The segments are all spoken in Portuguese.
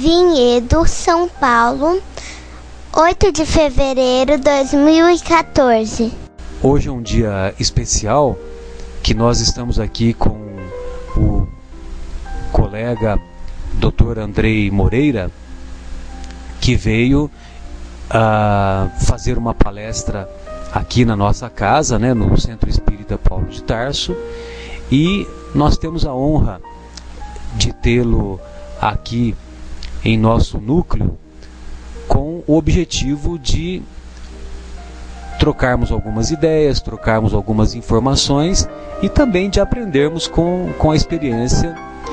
Vinhedo, São Paulo, 8 de fevereiro de 2014. Hoje é um dia especial que nós estamos aqui com o colega Dr. Andrei Moreira, que veio fazer uma palestra aqui na nossa casa, né, no Centro Espírita Paulo de Tarso, e nós temos a honra de tê-lo aqui em nosso núcleo com o objetivo de trocarmos algumas ideias, trocarmos algumas informações e também de aprendermos com a experiência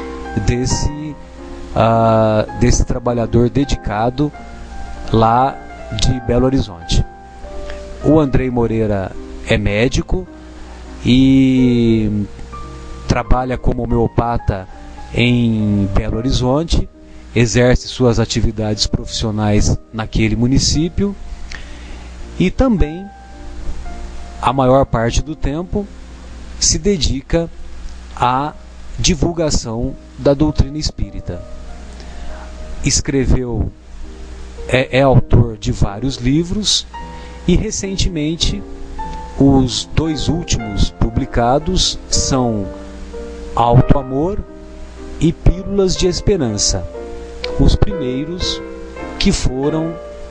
desse trabalhador dedicado lá de Belo Horizonte. O Andrei Moreira é médico e trabalha como homeopata em Belo Horizonte, exerce suas atividades profissionais naquele município e também, a maior parte do tempo, se dedica à divulgação da doutrina espírita. Escreveu, é autor de vários livros e recentemente os 2 últimos publicados são Alto Amor e Pílulas de Esperança. Os primeiros que foram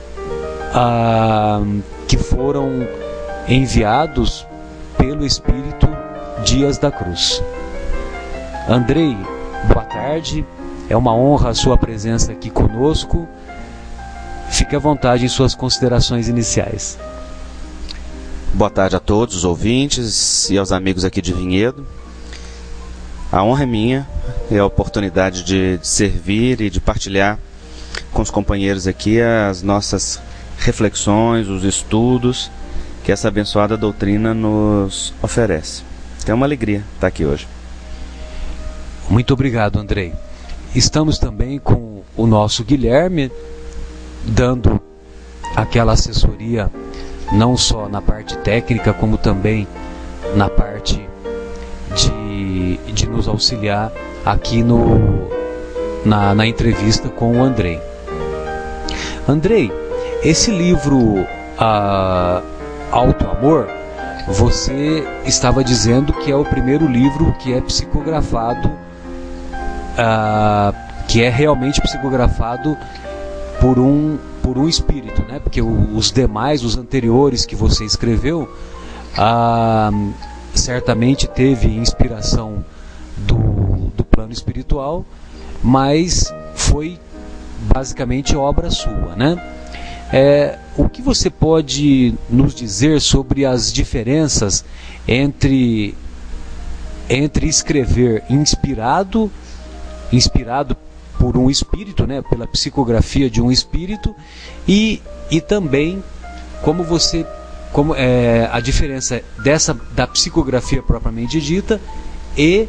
enviados pelo Espírito Dias da Cruz. Andrei, boa tarde. É uma honra a sua presença aqui conosco. Fique à vontade em suas considerações iniciais. Boa tarde a todos os ouvintes e aos amigos aqui de Vinhedo. A honra é minha, é a oportunidade de servir e de partilhar com os companheiros aqui as nossas reflexões, os estudos que essa abençoada doutrina nos oferece. É uma alegria estar aqui hoje. Muito obrigado, Andrei. Estamos também com o nosso Guilherme, dando aquela assessoria não só na parte técnica, como também na parte de nos auxiliar aqui na entrevista com o Andrei. Andrei, esse livro Alto Amor, você estava dizendo que é o primeiro livro que é psicografado, que é realmente psicografado por um espírito, né? Porque os demais, os anteriores que você escreveu, certamente teve inspiração do plano espiritual, mas foi basicamente obra sua, né? O que você pode nos dizer sobre as diferenças entre escrever inspirado por um espírito, né, pela psicografia de um espírito, e também como a diferença da psicografia propriamente dita e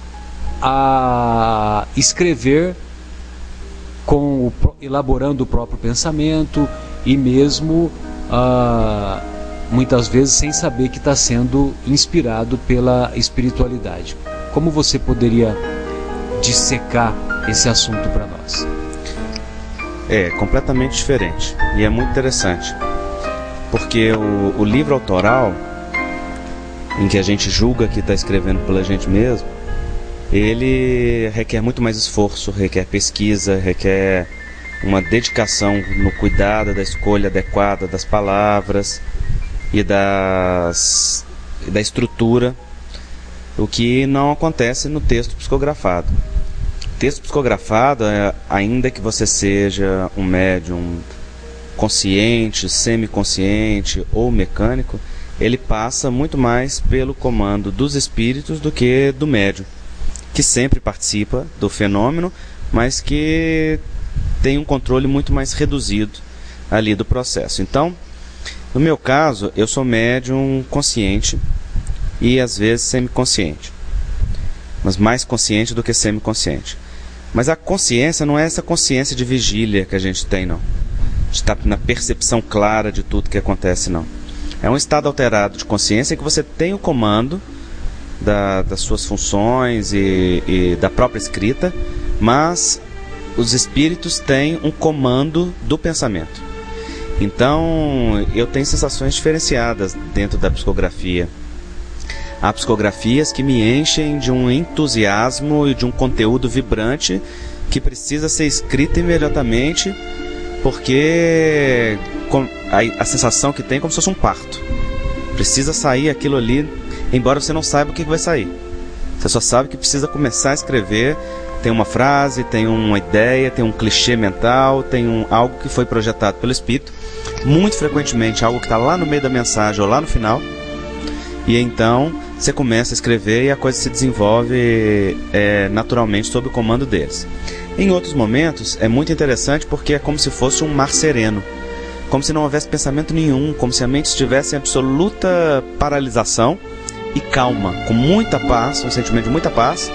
a escrever elaborando o próprio pensamento e mesmo muitas vezes sem saber que está sendo inspirado pela espiritualidade. Como você poderia dissecar esse assunto para nós? É completamente diferente e é muito interessante, porque o livro autoral, em que a gente julga que está escrevendo pela gente mesmo, ele requer muito mais esforço, requer pesquisa, requer uma dedicação no cuidado da escolha adequada das palavras e da estrutura, o que não acontece no texto psicografado. Texto psicografado, ainda que você seja um médium consciente, semiconsciente ou mecânico, ele passa muito mais pelo comando dos espíritos do que do médium, que sempre participa do fenômeno, mas que tem um controle muito mais reduzido ali do processo. Então, no meu caso, eu sou médium consciente e às vezes semiconsciente, mas mais consciente do que semiconsciente. Mas a consciência não é essa consciência de vigília que a gente tem, não. A gente está na percepção clara de tudo que acontece, não. É um estado alterado de consciência em que você tem o comando das suas funções e da própria escrita, mas os espíritos têm um comando do pensamento. Então, eu tenho sensações diferenciadas dentro da psicografia. Há psicografias que me enchem de um entusiasmo e de um conteúdo vibrante que precisa ser escrito imediatamente, porque a sensação que tem é como se fosse um parto. Precisa sair aquilo ali, embora você não saiba o que vai sair. Você só sabe que precisa começar a escrever. Tem uma frase, tem uma ideia, tem um clichê mental, tem algo que foi projetado pelo espírito. Muito frequentemente algo que está lá no meio da mensagem ou lá no final. E então você começa a escrever e a coisa se desenvolve naturalmente sob o comando deles. Em outros momentos é muito interessante porque é como se fosse um mar sereno, como se não houvesse pensamento nenhum, como se a mente estivesse em absoluta paralisação e calma, com muita paz, um sentimento de muita paz,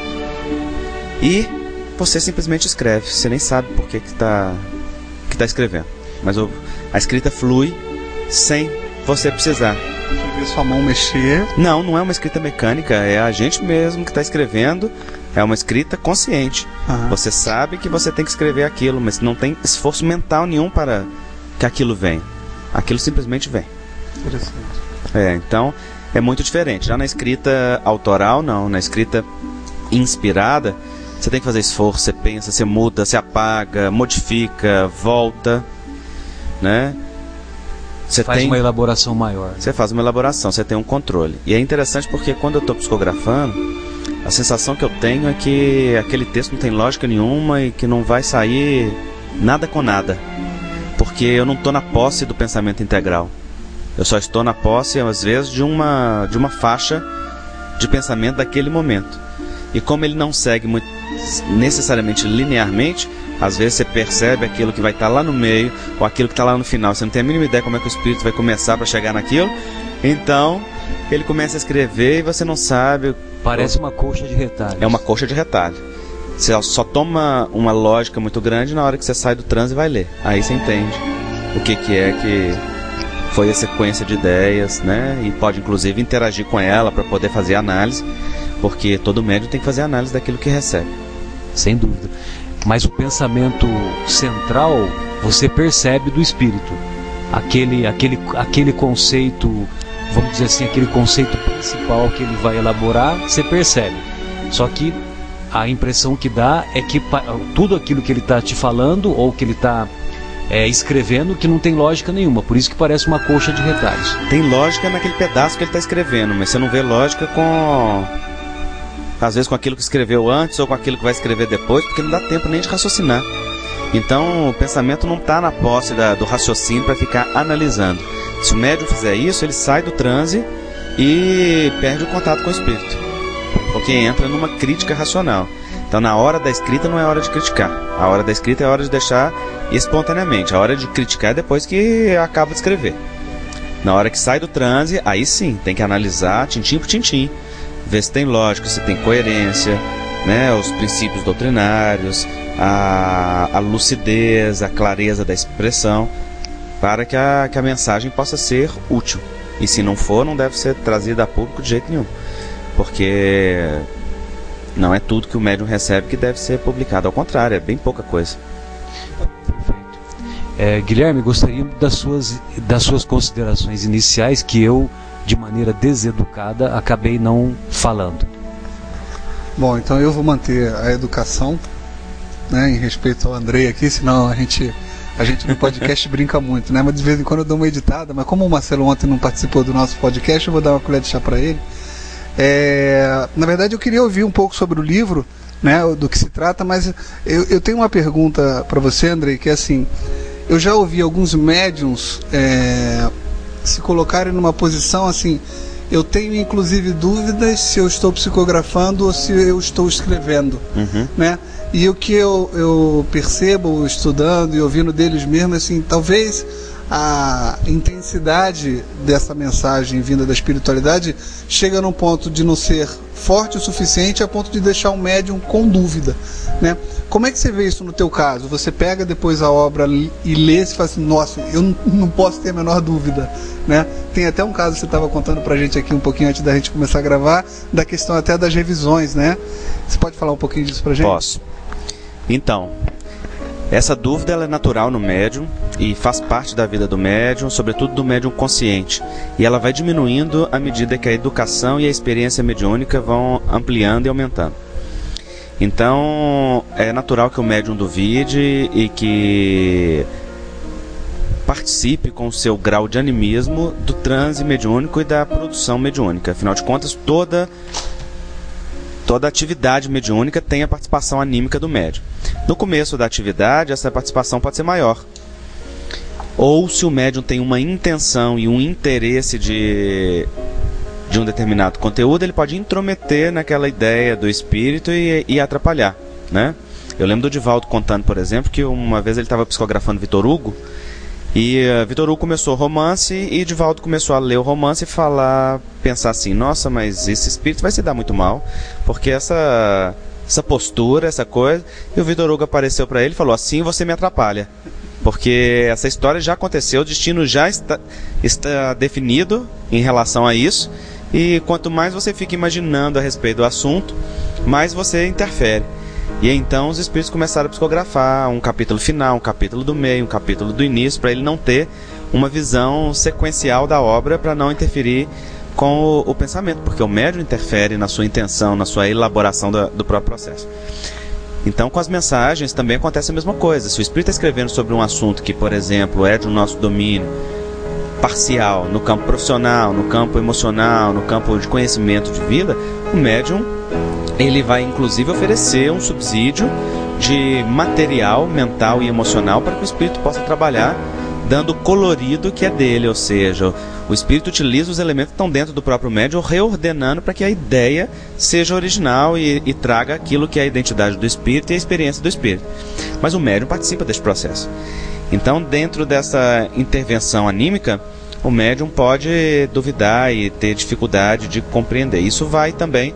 e você simplesmente escreve. Você nem sabe por que está escrevendo, mas a escrita flui sem você precisar. Você vê sua mão mexer. Não é uma escrita mecânica, é a gente mesmo que está escrevendo. É uma escrita consciente. Você sabe que você tem que escrever aquilo, mas não tem esforço mental nenhum para que aquilo venha. Aquilo simplesmente vem. Interessante. Então é muito diferente. Já na escrita autoral, não. Na escrita inspirada, você tem que fazer esforço, você pensa, você muda, você apaga, modifica, volta, né? Você faz uma elaboração maior. Você faz uma elaboração, você tem um controle. E é interessante porque quando eu estou psicografando, a sensação que eu tenho é que aquele texto não tem lógica nenhuma e que não vai sair nada com nada. Porque eu não estou na posse do pensamento integral. Eu só estou na posse, às vezes, de uma faixa de pensamento daquele momento. E como ele não segue muito, necessariamente linearmente, às vezes você percebe aquilo que vai estar lá no meio ou aquilo que está lá no final. Você não tem a mínima ideia como é que o espírito vai começar para chegar naquilo. Então, ele começa a escrever e você não sabe. Parece uma coxa de retalho. É uma coxa de retalho. Você só toma uma lógica muito grande na hora que você sai do transe e vai ler. Aí você entende o que é que foi a sequência de ideias, né? E pode inclusive interagir com ela para poder fazer análise, porque todo médium tem que fazer análise daquilo que recebe. Sem dúvida. Mas o pensamento central você percebe do espírito. Aquele conceito, vamos dizer assim, aquele conceito principal que ele vai elaborar, você percebe. Só que a impressão que dá é que tudo aquilo que ele está te falando ou que ele está escrevendo que não tem lógica nenhuma. Por isso que parece uma coxa de retalhos. Tem lógica naquele pedaço que ele está escrevendo, mas você não vê lógica às vezes com aquilo que escreveu antes ou com aquilo que vai escrever depois, porque não dá tempo nem de raciocinar. Então o pensamento não está na posse do raciocínio para ficar analisando. Se o médium fizer isso, ele sai do transe e perde o contato com o espírito, porque entra numa crítica racional. Então na hora da escrita não é hora de criticar. A hora da escrita é hora de deixar espontaneamente. A hora de criticar é depois que acaba de escrever. Na hora que sai do transe, aí sim, tem que analisar tintim por tintim, ver se tem lógica, se tem coerência, né, os princípios doutrinários, a lucidez, a clareza da expressão, para que a mensagem possa ser útil. E se não for, não deve ser trazida a público de jeito nenhum, porque não é tudo que o médium recebe que deve ser publicado. Ao contrário, é bem pouca coisa. Perfeito. Guilherme, gostaria das suas considerações iniciais, que eu, de maneira deseducada, acabei não falando. Bom, então eu vou manter a educação, né, em respeito ao Andrei aqui, senão a gente no podcast brinca muito, né? Mas de vez em quando eu dou uma editada, mas como o Marcelo ontem não participou do nosso podcast, eu vou dar uma colher de chá para ele. Na verdade eu queria ouvir um pouco sobre o livro, né, do que se trata, mas eu tenho uma pergunta para você, Andrei, que é assim: eu já ouvi alguns médiums se colocarem numa posição assim: eu tenho inclusive dúvidas se eu estou psicografando ou se eu estou escrevendo, né? E o que eu percebo estudando e ouvindo deles mesmo, assim, talvez a intensidade dessa mensagem vinda da espiritualidade chega num ponto de não ser forte o suficiente a ponto de deixar o médium com dúvida, né? Como é que você vê isso no teu caso? Você pega depois a obra e lê e fala assim: nossa, eu não posso ter a menor dúvida, né? Tem até um caso que você estava contando pra gente aqui um pouquinho antes da gente começar a gravar, da questão até das revisões, né? Você pode falar um pouquinho disso pra gente? Posso. Então, Essa dúvida ela é natural no médium e faz parte da vida do médium, sobretudo do médium consciente. E ela vai diminuindo à medida que a educação e a experiência mediúnica vão ampliando e aumentando. Então, é natural que o médium duvide e que participe com o seu grau de animismo do transe mediúnico e da produção mediúnica. Afinal de contas, toda atividade mediúnica tem a participação anímica do médium. No começo da atividade, essa participação pode ser maior. Ou se o médium tem uma intenção e um interesse de um determinado conteúdo, ele pode intrometer naquela ideia do espírito e atrapalhar, né? Eu lembro do Divaldo contando, por exemplo, que uma vez ele estava psicografando Vitor Hugo, e Vitor Hugo começou o romance, e Divaldo começou a ler o romance e pensar assim: nossa, mas esse espírito vai se dar muito mal, porque essa postura, essa coisa. E o Vitor Hugo apareceu para ele e falou: assim você me atrapalha, porque essa história já aconteceu, o destino já está definido em relação a isso, e quanto mais você fica imaginando a respeito do assunto, mais você interfere. E então os espíritos começaram a psicografar um capítulo final, um capítulo do meio, um capítulo do início, para ele não ter uma visão sequencial da obra, para não interferir com o pensamento, porque o médium interfere na sua intenção, na sua elaboração do próprio processo. Então, com as mensagens também acontece a mesma coisa. Se o espírito está escrevendo sobre um assunto que, por exemplo, é do nosso domínio parcial, no campo profissional, no campo emocional, no campo de conhecimento de vida, o médium ele vai inclusive oferecer um subsídio de material mental e emocional para que o espírito possa trabalhar dando o colorido que é dele, ou seja, o espírito utiliza os elementos que estão dentro do próprio médium, reordenando para que a ideia seja original e traga aquilo que é a identidade do espírito e a experiência do espírito. Mas o médium participa desse processo. Então, dentro dessa intervenção anímica, o médium pode duvidar e ter dificuldade de compreender. Isso vai também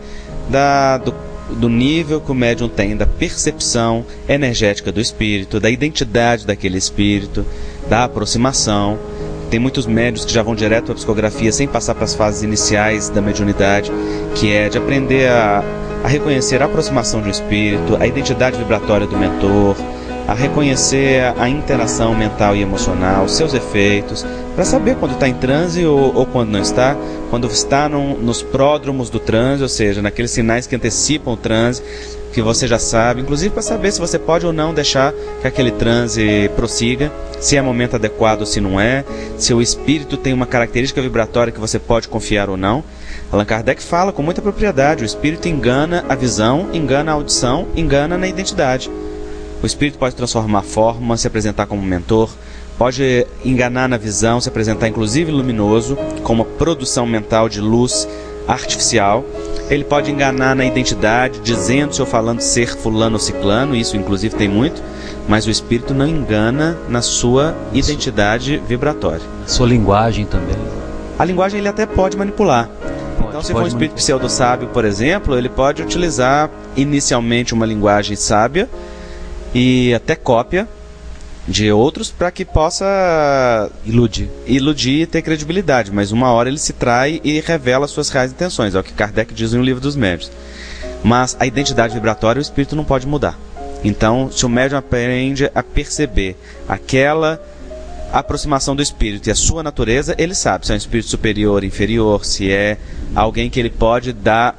do nível que o médium tem, da percepção energética do espírito, da identidade daquele espírito, da aproximação. Tem muitos médiuns que já vão direto à psicografia sem passar para as fases iniciais da mediunidade, que é de aprender a reconhecer a aproximação de um espírito, a identidade vibratória do mentor, a reconhecer a interação mental e emocional, seus efeitos, para saber quando está em transe ou quando não está, quando está nos pródromos do transe, ou seja, naqueles sinais que antecipam o transe, que você já sabe, inclusive para saber se você pode ou não deixar que aquele transe prossiga, se é momento adequado ou se não é, se o espírito tem uma característica vibratória que você pode confiar ou não. Allan Kardec fala com muita propriedade: o espírito engana a visão, engana a audição, engana na identidade. O espírito pode transformar a forma, se apresentar como mentor, pode enganar na visão, se apresentar inclusive luminoso, com uma produção mental de luz artificial. Ele pode enganar na identidade, dizendo-se ou falando ser fulano ou ciclano, isso inclusive tem muito, mas o espírito não engana na sua identidade vibratória. Sua linguagem também. A linguagem ele até pode manipular. Então, se for um espírito pseudo-sábio, por exemplo, ele pode utilizar inicialmente uma linguagem sábia e até cópia de outros para que possa iludir e ter credibilidade, mas uma hora ele se trai e revela suas reais intenções, é o que Kardec diz no Livro dos Médiuns. Mas a identidade vibratória o espírito não pode mudar. Então, se o médium aprende a perceber aquela aproximação do espírito e a sua natureza, ele sabe se é um espírito superior, inferior, se é alguém que ele pode dar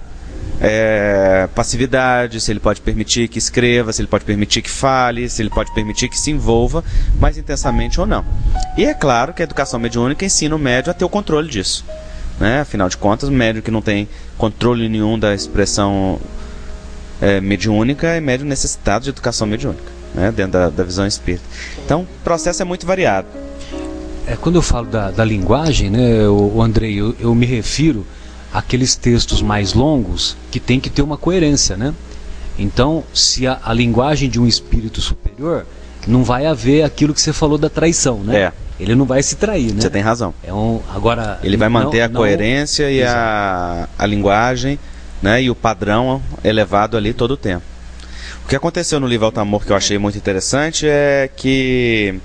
passividade, se ele pode permitir que escreva, se ele pode permitir que fale, se ele pode permitir que se envolva mais intensamente ou não. E é claro que a educação mediúnica ensina o médium a ter o controle disso, né? Afinal de contas, o médium que não tem controle nenhum da expressão mediúnica é médium necessitado de educação mediúnica, né? Dentro da visão espírita. Então, o processo é muito variado. Quando eu falo da linguagem, né, o Andrei, eu me refiro aqueles textos mais longos que tem que ter uma coerência, né? Então, se a linguagem de um espírito superior, não vai haver aquilo que você falou da traição, né? Ele não vai se trair, né? Você tem razão. Agora, ele vai manter a coerência e a linguagem, né? E o padrão elevado ali todo o tempo. O que aconteceu no livro Alto Amor que eu achei muito interessante é que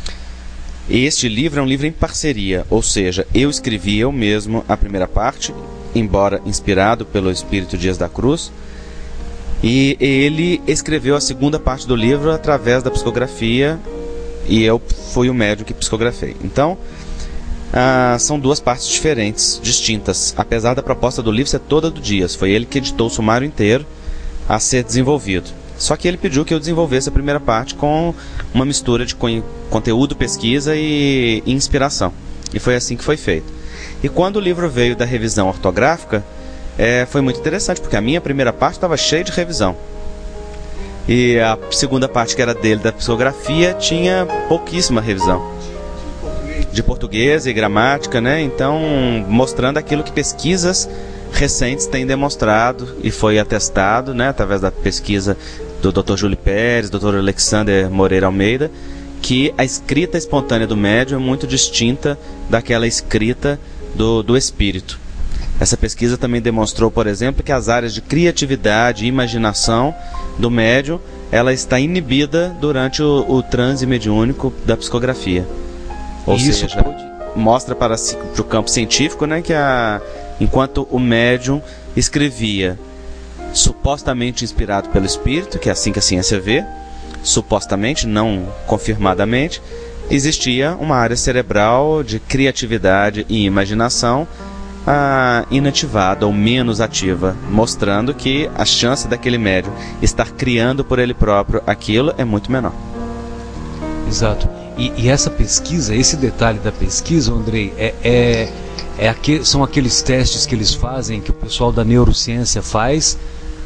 este livro é um livro em parceria, ou seja, eu escrevi eu mesmo a primeira parte, embora inspirado pelo Espírito Dias da Cruz, E ele escreveu a segunda parte do livro através da psicografia, e eu fui o médium que psicografei. Então, são duas partes diferentes, distintas, apesar da proposta do livro ser toda do Dias. Foi ele que editou o sumário inteiro a ser desenvolvido. Só que ele pediu que eu desenvolvesse a primeira parte com uma mistura de conteúdo, pesquisa e inspiração. E foi assim que foi feito. E quando o livro veio da revisão ortográfica, foi muito interessante, porque a minha primeira parte estava cheia de revisão. E a segunda parte, que era dele, da psicografia, tinha pouquíssima revisão. De português e gramática, né? Então, mostrando aquilo que pesquisas recentes têm demonstrado e foi atestado, né, através da pesquisa do Dr. Júlio Pérez, Dr. Alexander Moreira Almeida, que a escrita espontânea do médium é muito distinta daquela escrita do espírito. Essa pesquisa também demonstrou, por exemplo, que as áreas de criatividade e imaginação do médium, ela está inibida durante o transe mediúnico da psicografia. Ou seja, mostra para o campo científico, né, que enquanto o médium escrevia supostamente inspirado pelo espírito, que é assim que a ciência vê, supostamente, não confirmadamente, existia uma área cerebral de criatividade e imaginação inativada ou menos ativa, mostrando que a chance daquele médium estar criando por ele próprio aquilo é muito menor. Exato. E essa pesquisa, esse detalhe da pesquisa, Andrei, são aqueles testes que eles fazem, que o pessoal da neurociência faz,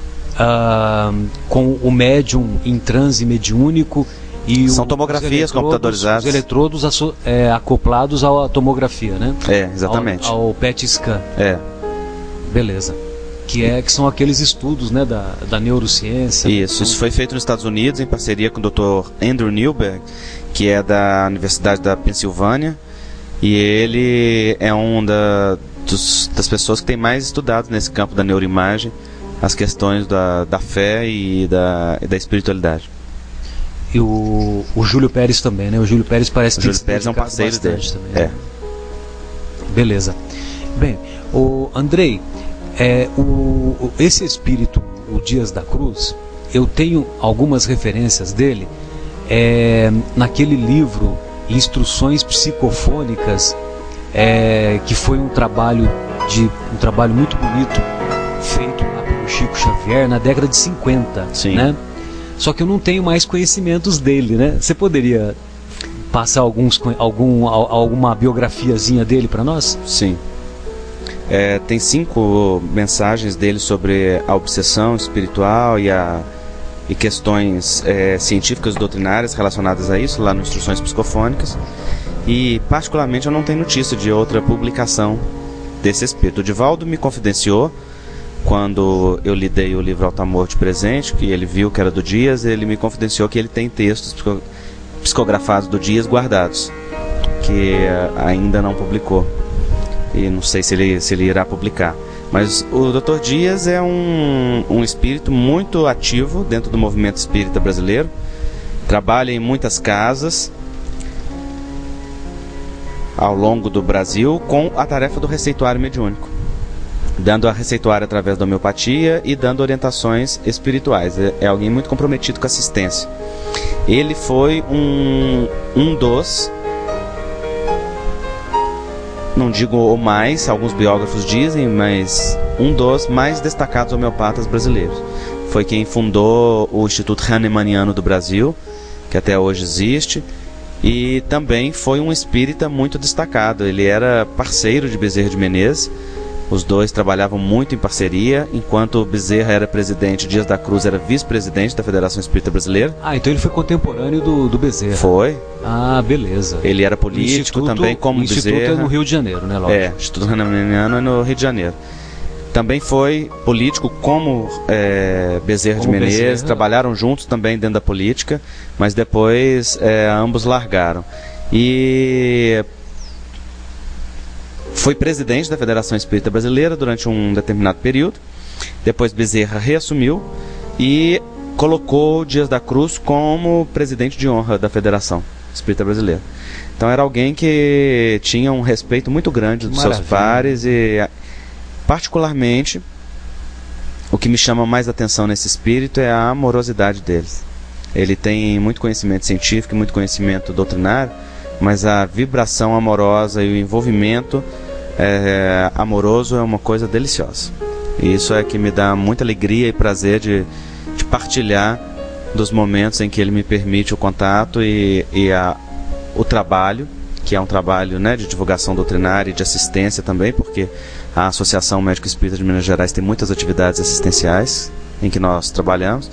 com o médium em transe mediúnico. E são tomografias computadorizadas. Os eletrodos acoplados à tomografia, né? Exatamente. Ao PET scan. Beleza. Que são aqueles estudos, né, da neurociência. Isso foi feito nos Estados Unidos em parceria com o Dr. Andrew Newberg, que é da Universidade da Pensilvânia, e ele é das pessoas que tem mais estudado nesse campo da neuroimagem as questões da fé e da espiritualidade. E o Júlio Pérez também, né? O Júlio Pérez parece que... O Júlio Pérez é um parceiro dele também, né? Beleza. Bem, o Andrei, esse espírito, o Dias da Cruz, eu tenho algumas referências dele naquele livro Instruções Psicofônicas, que foi um trabalho muito bonito feito pelo Chico Xavier na década de 50. Sim. Né? Só que eu não tenho mais conhecimentos dele, né? Você poderia passar alguma biografiazinha dele para nós? Sim. Tem 5 mensagens dele sobre a obsessão espiritual e questões científicas doutrinárias relacionadas a isso, lá no Instruções Psicofônicas. E, particularmente, eu não tenho notícia de outra publicação desse espírito. O Divaldo me confidenciou, quando eu lhe dei o livro Altamor de presente, que ele viu que era do Dias, ele me confidenciou que ele tem textos psicografados do Dias guardados, que ainda não publicou. E não sei se ele irá publicar. Mas o Dr. Dias é um espírito muito ativo dentro do movimento espírita brasileiro. Trabalha em muitas casas ao longo do Brasil com a tarefa do receituário mediúnico, dando a receituário através da homeopatia e dando orientações espirituais. É alguém muito comprometido com a assistência. Ele foi um dos, não digo o mais, alguns biógrafos dizem, mas um dos mais destacados homeopatas brasileiros. Foi quem fundou o Instituto Hahnemanniano do Brasil, que até hoje existe, e também foi um espírita muito destacado. Ele era parceiro de Bezerra de Menezes. Os dois trabalhavam muito em parceria, enquanto Bezerra era presidente, Dias da Cruz era vice-presidente da Federação Espírita Brasileira. Então ele foi contemporâneo do Bezerra. Foi. Beleza. Ele era político também, como Bezerra. O Instituto é no Rio de Janeiro, né, lógico? O Instituto Hahnemanniano é no Rio de Janeiro. Também foi político como Bezerra de Menezes, trabalharam juntos também dentro da política, mas depois ambos largaram. E foi presidente da Federação Espírita Brasileira durante um determinado período. Depois Bezerra reassumiu e colocou Dias da Cruz como presidente de honra da Federação Espírita Brasileira. Então era alguém que tinha um respeito muito grande dos seus pares e, particularmente, o que me chama mais atenção nesse espírito é a amorosidade deles. Ele tem muito conhecimento científico, muito conhecimento doutrinário, mas a vibração amorosa e o envolvimento amoroso é uma coisa deliciosa. E isso é que me dá muita alegria e prazer de partilhar dos momentos em que ele me permite o contato e o trabalho, que é um trabalho, né, de divulgação doutrinária e de assistência também, porque a Associação Médico Espírita de Minas Gerais tem muitas atividades assistenciais em que nós trabalhamos,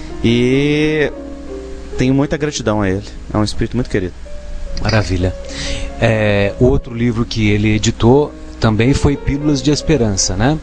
e tenho muita gratidão a ele. É um espírito muito querido. Maravilha. Outro livro que ele editou também foi Pílulas de Esperança, né?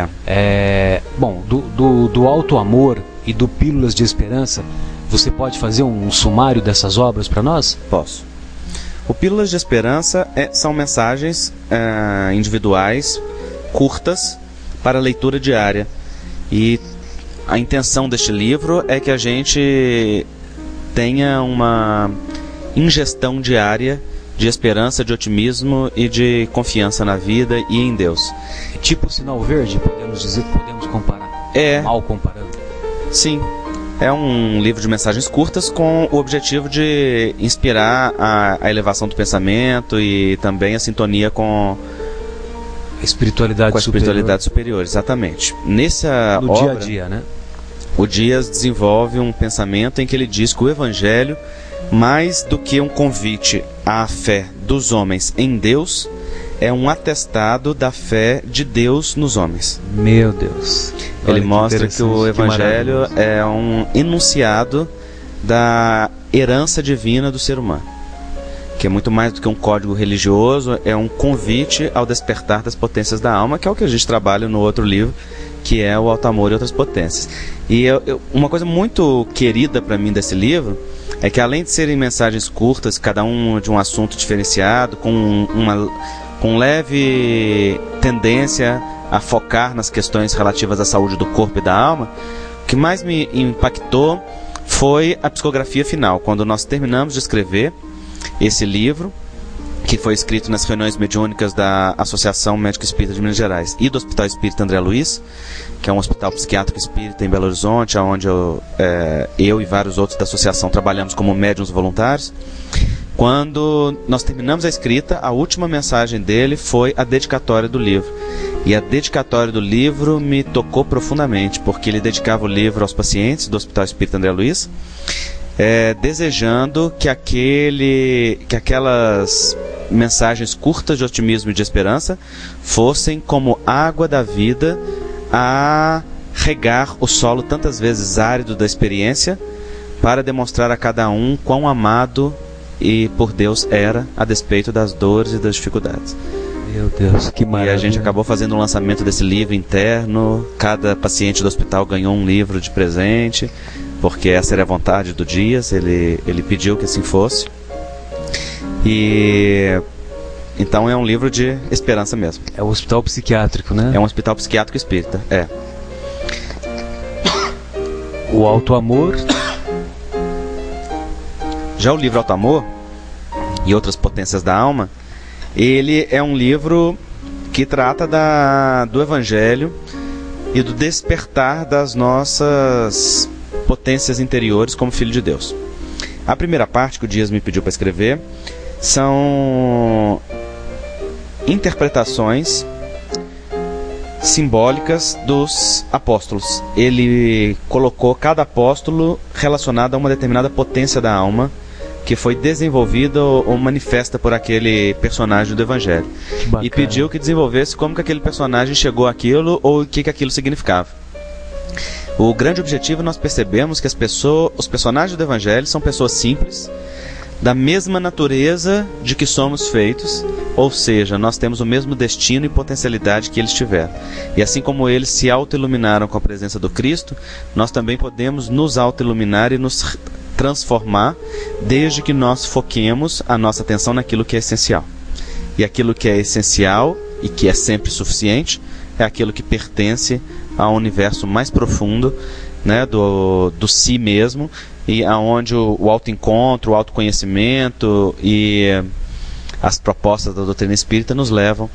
Bom, do Alto Amor e do Pílulas de Esperança, você pode fazer um sumário dessas obras para nós? Posso. O Pílulas de Esperança são mensagens individuais, curtas, para leitura diária. E a intenção deste livro é que a gente tenha uma ingestão diária de esperança, de otimismo e de confiança na vida e em Deus. Tipo sinal verde, podemos dizer, podemos comparar. Mal comparando. Sim. É um livro de mensagens curtas com o objetivo de inspirar a elevação do pensamento e também a sintonia com a espiritualidade superior. Exatamente. Nessa no obra, dia a dia, né? O Dias desenvolve um pensamento em que ele diz que o Evangelho, mais do que um convite à fé dos homens em Deus, é um atestado da fé de Deus nos homens. Meu Deus. Ele mostra que o Evangelho é um enunciado da herança divina do ser humano, que é muito mais do que um código religioso, é um convite ao despertar das potências da alma, que é o que a gente trabalha no outro livro, que é o Alto Amor e Outras Potências. E uma coisa muito querida para mim desse livro é que, além de serem mensagens curtas, cada um de um assunto diferenciado, com leve tendência a focar nas questões relativas à saúde do corpo e da alma, o que mais me impactou foi a psicografia final. Quando nós terminamos de escrever esse livro, que foi escrito nas reuniões mediúnicas da Associação Médico Espírita de Minas Gerais e do Hospital Espírita André Luiz, que é um hospital psiquiátrico espírita em Belo Horizonte, onde eu e vários outros da associação trabalhamos como médiuns voluntários. Quando nós terminamos a escrita, a última mensagem dele foi a dedicatória do livro. E a dedicatória do livro me tocou profundamente, porque ele dedicava o livro aos pacientes do Hospital Espírita André Luiz, desejando que aquelas mensagens curtas de otimismo e de esperança fossem como água da vida a regar o solo tantas vezes árido da experiência, para demonstrar a cada um quão amado e por Deus era, a despeito das dores e das dificuldades. Meu Deus, que maravilha. E a gente acabou fazendo o lançamento desse livro interno. Cada paciente do hospital ganhou um livro de presente, porque essa era a vontade do Dias, ele pediu que assim fosse. E então é um livro de esperança mesmo. É um hospital psiquiátrico, né? É um hospital psiquiátrico espírita, O Alto Amor. Já o livro Alto Amor e Outras Potências da Alma, ele é um livro que trata do Evangelho e do despertar das nossas potências interiores como filho de Deus. A primeira parte que o Dias me pediu para escrever são interpretações simbólicas dos apóstolos. Ele colocou cada apóstolo relacionado a uma determinada potência da alma que foi desenvolvida ou manifesta por aquele personagem do Evangelho. E pediu que desenvolvesse como que aquele personagem chegou àquilo ou o que aquilo significava. O grande objetivo, nós percebemos que os personagens do Evangelho são pessoas simples, da mesma natureza de que somos feitos, ou seja, nós temos o mesmo destino e potencialidade que eles tiveram. E assim como eles se auto-iluminaram com a presença do Cristo, nós também podemos nos auto-iluminar e nos transformar, desde que nós foquemos a nossa atenção naquilo que é essencial. E aquilo que é essencial e que é sempre suficiente é aquilo que pertence ao universo mais profundo, né, do si mesmo, e aonde o autoencontro, o autoconhecimento e as propostas da doutrina espírita nos levam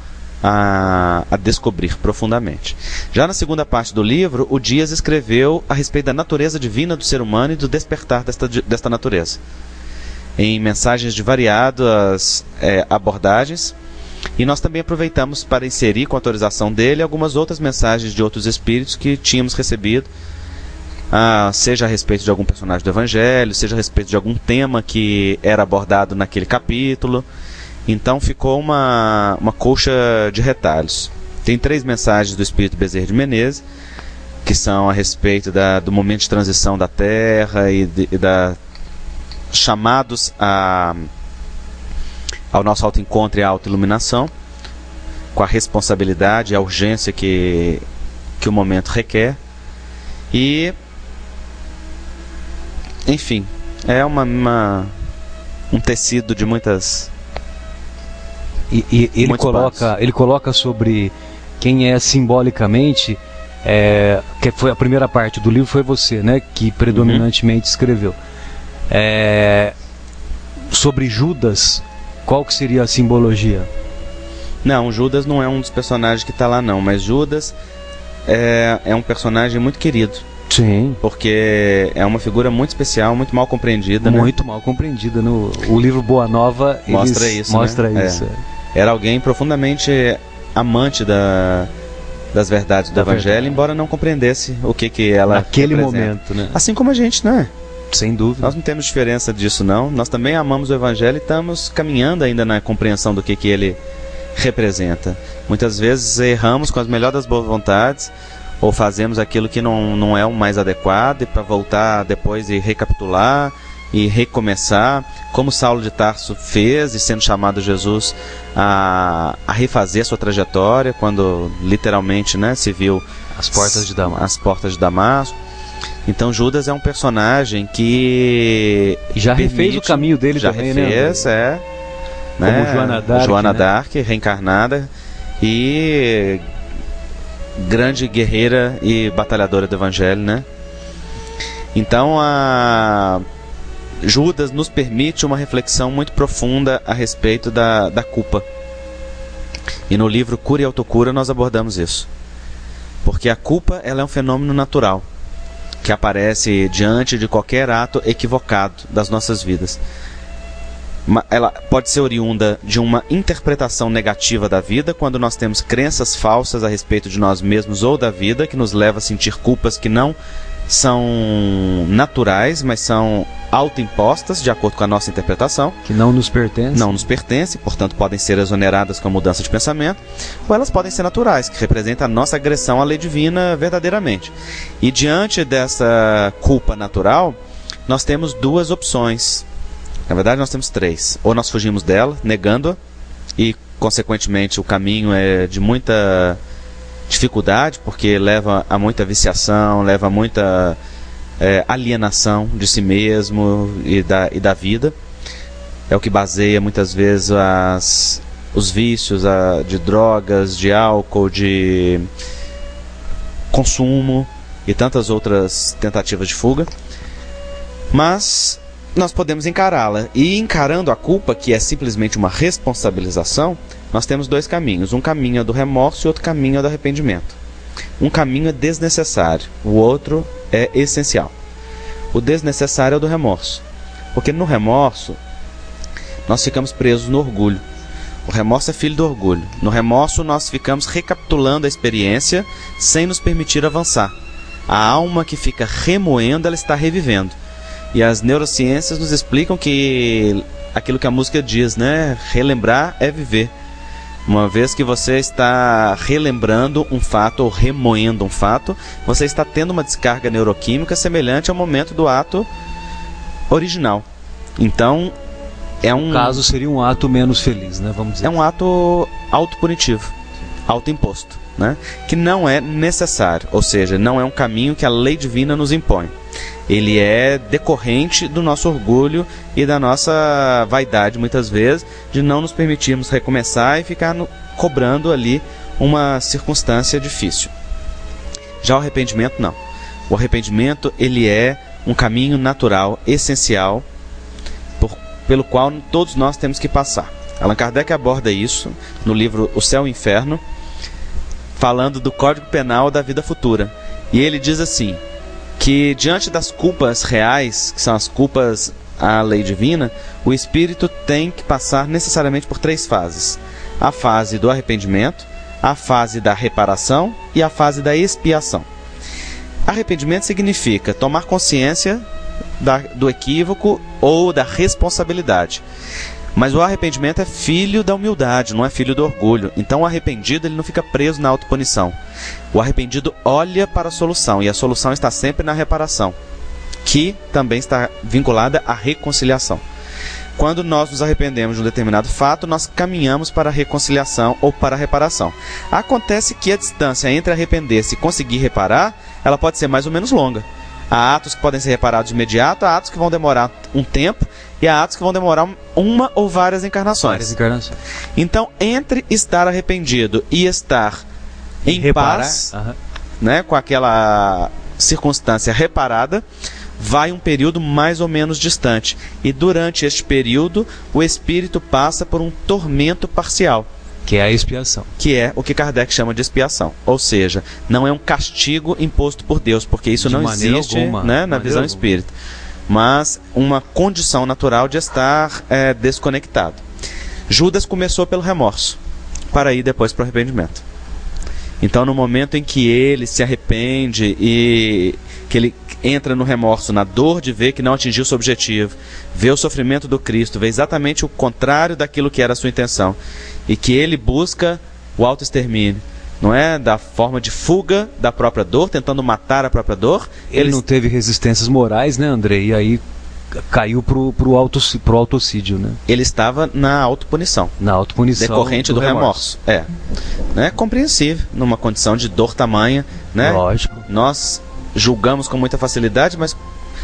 a descobrir profundamente. Já na segunda parte do livro, o Dias escreveu a respeito da natureza divina do ser humano e do despertar desta natureza, em mensagens de variadas abordagens, e nós também aproveitamos para inserir, com a autorização dele, algumas outras mensagens de outros espíritos que tínhamos recebido, seja a respeito de algum personagem do Evangelho, seja a respeito de algum tema que era abordado naquele capítulo. Então ficou uma colcha de retalhos. Tem 3 mensagens do Espírito Bezerra de Menezes, que são a respeito do momento de transição da Terra e chamados ao nosso autoencontro e à autoiluminação, com a responsabilidade e a urgência que o momento requer. E, enfim, é um tecido de muitas... E ele coloca sobre quem é simbolicamente, que foi a primeira parte do livro, foi você, né, que predominantemente escreveu. Sobre Judas, qual que seria a simbologia? Não, Judas não é um dos personagens que está lá não, mas Judas é um personagem muito querido. Sim. Porque é uma figura muito especial, muito mal compreendida. Muito mal compreendida. O livro Boa Nova mostra isso. Era alguém profundamente amante das verdades do Evangelho, embora não compreendesse o que ela naquele representa. momento, né? Assim como a gente, né? Sem dúvida. Nós não temos diferença disso, não. Nós também amamos o Evangelho e estamos caminhando ainda na compreensão do que ele representa. Muitas vezes erramos com as melhores das boas vontades, ou fazemos aquilo que não é o mais adequado, e para voltar depois e recapitular e recomeçar, como Saulo de Tarso fez, e sendo chamado Jesus a refazer sua trajetória, quando literalmente, né, se viu as portas de Damasco. Então Judas é um personagem que já refez o caminho dele também, refez, né? Como Joana d'Arc, reencarnada e grande guerreira e batalhadora do Evangelho, né? Então Judas nos permite uma reflexão muito profunda a respeito da culpa. E no livro Cura e Autocura nós abordamos isso. Porque a culpa, ela é um fenômeno natural que aparece diante de qualquer ato equivocado das nossas vidas. Ela pode ser oriunda de uma interpretação negativa da vida, quando nós temos crenças falsas a respeito de nós mesmos ou da vida, que nos leva a sentir culpas que não são naturais, mas são autoimpostas, de acordo com a nossa interpretação. Que não nos pertencem. Não nos pertencem, portanto podem ser exoneradas com a mudança de pensamento, ou elas podem ser naturais, que representam a nossa agressão à lei divina verdadeiramente. E diante dessa culpa natural, nós temos 2 opções. Na verdade nós temos 3. Ou nós fugimos dela, negando-a, e consequentemente o caminho é de muita dificuldade, porque leva a muita viciação, leva a muita alienação de si mesmo e da vida. É o que baseia muitas vezes os vícios de drogas, de álcool, de consumo e tantas outras tentativas de fuga. Mas nós podemos encará-la. E encarando a culpa, que é simplesmente uma responsabilização, nós temos 2 caminhos. Um caminho é do remorso e outro caminho é do arrependimento. Um caminho é desnecessário, o outro é essencial. O desnecessário é o do remorso. Porque no remorso, nós ficamos presos no orgulho. O remorso é filho do orgulho. No remorso, nós ficamos recapitulando a experiência sem nos permitir avançar. A alma que fica remoendo, ela está revivendo. E as neurociências nos explicam que aquilo que a música diz, né? Relembrar é viver. Uma vez que você está relembrando um fato ou remoendo um fato, você está tendo uma descarga neuroquímica semelhante ao momento do ato original. Então, no caso, seria um ato menos feliz, né? Vamos dizer. É um ato autopunitivo, autoimposto, né? Que não é necessário, ou seja, não é um caminho que a lei divina nos impõe. Ele é decorrente do nosso orgulho e da nossa vaidade, muitas vezes, de não nos permitirmos recomeçar e ficar cobrando ali uma circunstância difícil. Já o arrependimento, não. O arrependimento, ele é um caminho natural, essencial, pelo qual todos nós temos que passar. Allan Kardec aborda isso no livro O Céu e o Inferno, falando do Código Penal da vida futura. E ele diz assim, que diante das culpas reais, que são as culpas à lei divina, o espírito tem que passar necessariamente por 3 fases. A fase do arrependimento, a fase da reparação e a fase da expiação. Arrependimento significa tomar consciência do equívoco ou da responsabilidade. Mas o arrependimento é filho da humildade, não é filho do orgulho. Então o arrependido ele não fica preso na autopunição. O arrependido olha para a solução, e a solução está sempre na reparação, que também está vinculada à reconciliação. Quando nós nos arrependemos de um determinado fato, nós caminhamos para a reconciliação ou para a reparação. Acontece que a distância entre arrepender-se e conseguir reparar, ela pode ser mais ou menos longa. Há atos que podem ser reparados de imediato, há atos que vão demorar um tempo, e há atos que vão demorar uma ou várias encarnações. Então, entre estar arrependido e estar em paz, né, com aquela circunstância reparada, vai um período mais ou menos distante. E durante este período, o espírito passa por um tormento parcial. Que é a expiação. Que é o que Kardec chama de expiação. Ou seja, não é um castigo imposto por Deus, porque isso não existe alguma, né, na visão espírita. Mas uma condição natural de estar desconectado. Judas começou pelo remorso, para ir depois para o arrependimento. Então, no momento em que ele se arrepende e que ele entra no remorso, na dor de ver que não atingiu o seu objetivo, vê o sofrimento do Cristo, vê exatamente o contrário daquilo que era a sua intenção, e que ele busca o autoextermínio, não é? Da forma de fuga da própria dor, tentando matar a própria dor. Ele não teve resistências morais, né, André? E aí caiu pro autocídio, né? Ele estava na autopunição. Na autopunição. Decorrente do remorso. É compreensível, numa condição de dor tamanha, né? Lógico. Nós julgamos com muita facilidade, mas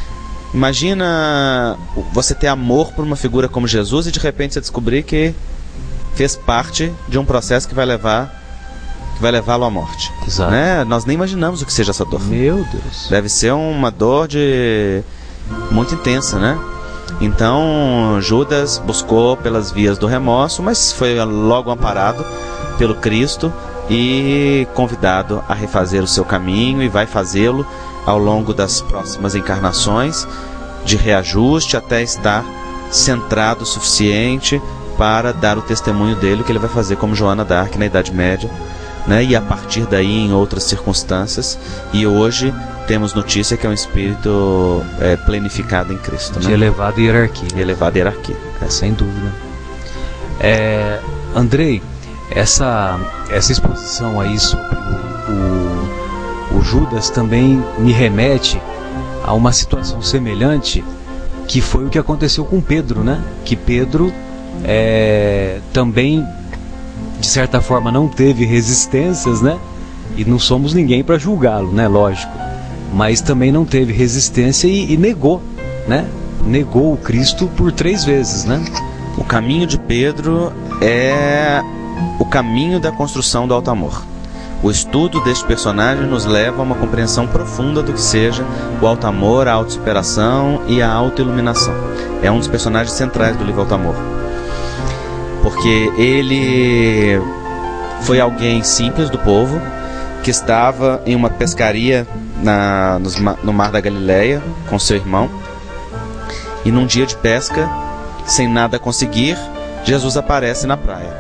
imagina você ter amor por uma figura como Jesus e de repente você descobrir que fez parte de um processo que vai levá-lo à morte. Exato. Né? Nós nem imaginamos o que seja essa dor. Meu Deus. Deve ser uma dor muito intensa, né? Então Judas buscou pelas vias do remorso, mas foi logo amparado pelo Cristo e convidado a refazer o seu caminho, e vai fazê-lo ao longo das próximas encarnações, de reajuste até estar centrado o suficiente para dar o testemunho dele, que ele vai fazer como Joana d'Arc na Idade Média, né? E a partir daí em outras circunstâncias, e hoje temos notícia que é um espírito plenificado em Cristo, de né? elevada hierarquia. Elevada hierarquia. Sem dúvida. Andrei, essa exposição aí sobre o Judas também me remete a uma situação semelhante, que foi o que aconteceu com Pedro, né? Que Pedro também, de certa forma, não teve resistências, né? E não somos ninguém para julgá-lo, né? Lógico. Mas também não teve resistência e negou, né? Negou o Cristo por 3 vezes, né? O caminho de Pedro é o caminho da construção do alto amor. O estudo deste personagem nos leva a uma compreensão profunda do que seja o alto amor, a autossuperação e a autoiluminação. É um dos personagens centrais do livro Alto Amor, porque ele foi alguém simples do povo, que estava em uma pescaria no Mar da Galileia com seu irmão, e num dia de pesca, sem nada conseguir, Jesus aparece na praia.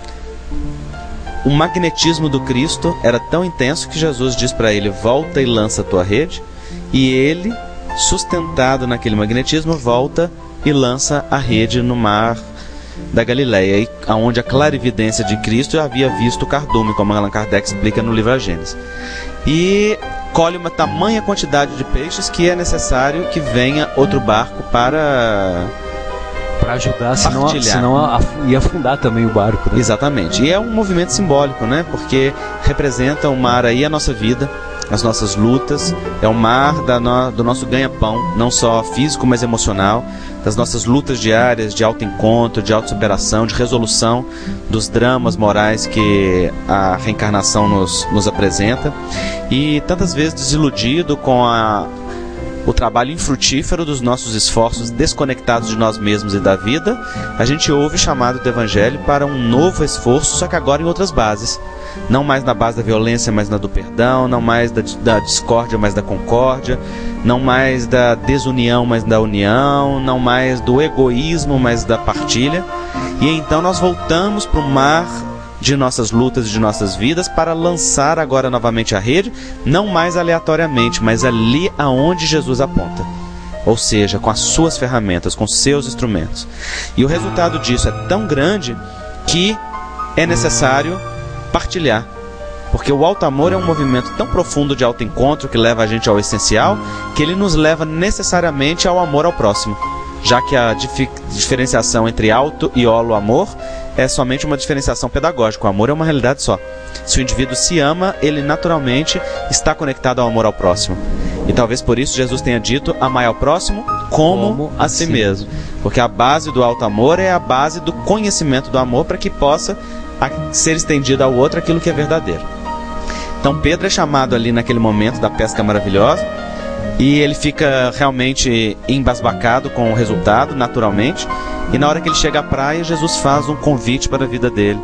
O magnetismo do Cristo era tão intenso que Jesus diz para ele: volta e lança a tua rede, e ele, sustentado naquele magnetismo, volta e lança a rede no Mar da Galileia, onde a clarividência de Cristo havia visto o cardume, como Allan Kardec explica no livro A Gênese, e colhe uma tamanha quantidade de peixes que é necessário que venha outro barco para ajudar, senão ia afundar também o barco, né? Exatamente. E é um movimento simbólico, né? Porque representa o mar aí a nossa vida, as nossas lutas, é o mar do nosso ganha-pão, não só físico, mas emocional, das nossas lutas diárias de autoencontro, de autossuperação, de resolução dos dramas morais que a reencarnação nos apresenta. E tantas vezes desiludido com o trabalho infrutífero dos nossos esforços desconectados de nós mesmos e da vida, a gente ouve o chamado do Evangelho para um novo esforço, só que agora em outras bases. Não mais na base da violência, mas na do perdão, não mais da discórdia, mas da concórdia, não mais da desunião, mas da união, não mais do egoísmo, mas da partilha. E então nós voltamos para o mar de nossas lutas e de nossas vidas para lançar agora novamente a rede, não mais aleatoriamente, mas ali aonde Jesus aponta. Ou seja, com as suas ferramentas, com os seus instrumentos. E o resultado disso é tão grande que é necessário partilhar. Porque o alto amor é um movimento tão profundo de autoencontro que leva a gente ao essencial, que ele nos leva necessariamente ao amor ao próximo. Já que a diferenciação entre alto e holo amor é somente uma diferenciação pedagógica. O amor é uma realidade só. Se o indivíduo se ama, ele naturalmente está conectado ao amor ao próximo. E talvez por isso Jesus tenha dito: amai ao próximo como a si mesmo. Porque a base do alto amor é a base do conhecimento do amor, para que possa ser estendido ao outro aquilo que é verdadeiro. Então Pedro é chamado ali naquele momento da pesca maravilhosa, e ele fica realmente embasbacado com o resultado, naturalmente. E na hora que ele chega à praia, Jesus faz um convite para a vida dele,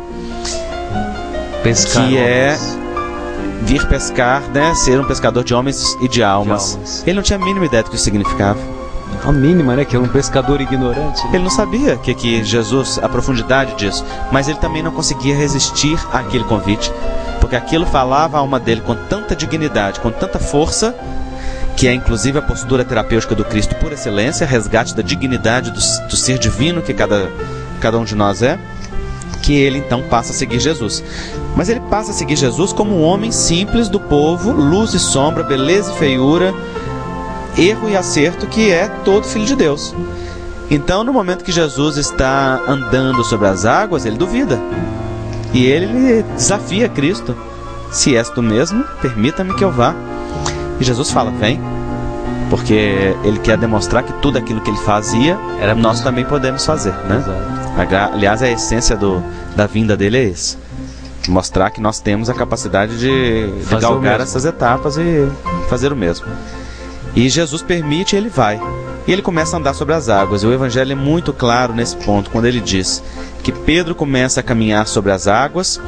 pescar, que é vir pescar, né? Ser um pescador de homens e de almas. Ele não tinha a mínima ideia do que isso significava. A mínima, né? Que é um pescador ignorante. Ele não sabia que Jesus, a profundidade disso. Mas ele também não conseguia resistir àquele convite, porque aquilo falava a alma dele com tanta dignidade, com tanta força, que é inclusive a postura terapêutica do Cristo por excelência, resgate da dignidade do ser divino que cada um de nós é, que ele então passa a seguir Jesus. Mas ele passa a seguir Jesus como um homem simples do povo, luz e sombra, beleza e feiura, erro e acerto, que é todo filho de Deus. Então, no momento que Jesus está andando sobre as águas, ele duvida. E ele desafia Cristo: se és tu mesmo, permita-me que eu vá. E Jesus fala: vem. Porque ele quer demonstrar que tudo aquilo que ele fazia, nós também podemos fazer, né? Exato. Aliás, a essência da vinda dele é esse: mostrar que nós temos a capacidade de galgar essas etapas e fazer o mesmo. E Jesus permite, e ele vai. E ele começa a andar sobre as águas. E o Evangelho é muito claro nesse ponto, quando ele diz que Pedro começa a caminhar sobre as águas,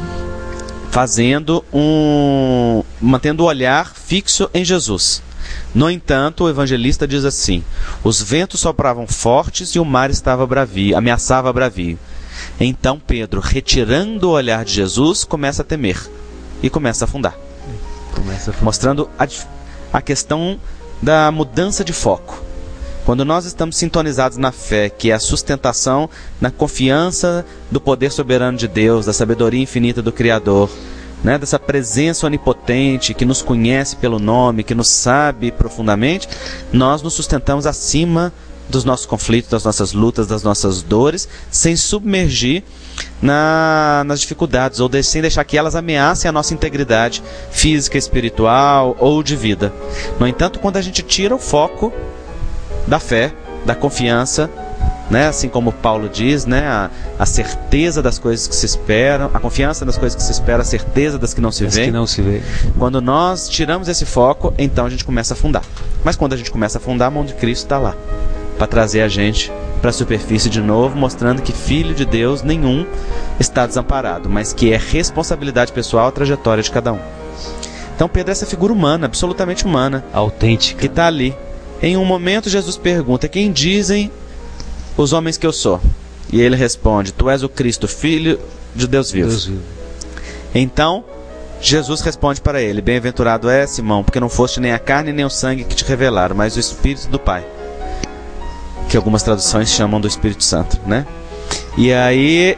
mantendo o olhar fixo em Jesus. No entanto, o evangelista diz assim: os ventos sopravam fortes e o mar estava bravio, ameaçava bravio. Então Pedro, retirando o olhar de Jesus, começa a temer e começa a afundar. Mostrando a questão da mudança de foco. Quando nós estamos sintonizados na fé, que é a sustentação na confiança do poder soberano de Deus, da sabedoria infinita do Criador, né, dessa presença onipotente que nos conhece pelo nome, que nos sabe profundamente, nós nos sustentamos acima dos nossos conflitos, das nossas lutas, das nossas dores, sem submergir nas dificuldades, ou sem deixar que elas ameacem a nossa integridade física, espiritual ou de vida. No entanto, quando a gente tira o foco da fé, da confiança, né, assim como Paulo diz, né, a certeza das coisas que se esperam, a confiança das coisas que se esperam, a certeza das que não se vê. Quando nós tiramos esse foco, então a gente começa a afundar. Mas quando a gente começa a afundar, a mão de Cristo está lá para trazer a gente para a superfície de novo, mostrando que filho de Deus nenhum está desamparado, mas que é responsabilidade pessoal a trajetória de cada um. Então Pedro é essa figura humana, absolutamente humana, autêntica, que está ali. Em um momento Jesus pergunta: quem dizem os homens que eu sou? E ele responde: tu és o Cristo, filho de Deus vivo. Então Jesus responde para ele: bem-aventurado é, Simão, porque não foste nem a carne nem o sangue que te revelaram, mas o Espírito do Pai, que algumas traduções chamam do Espírito Santo, né? E aí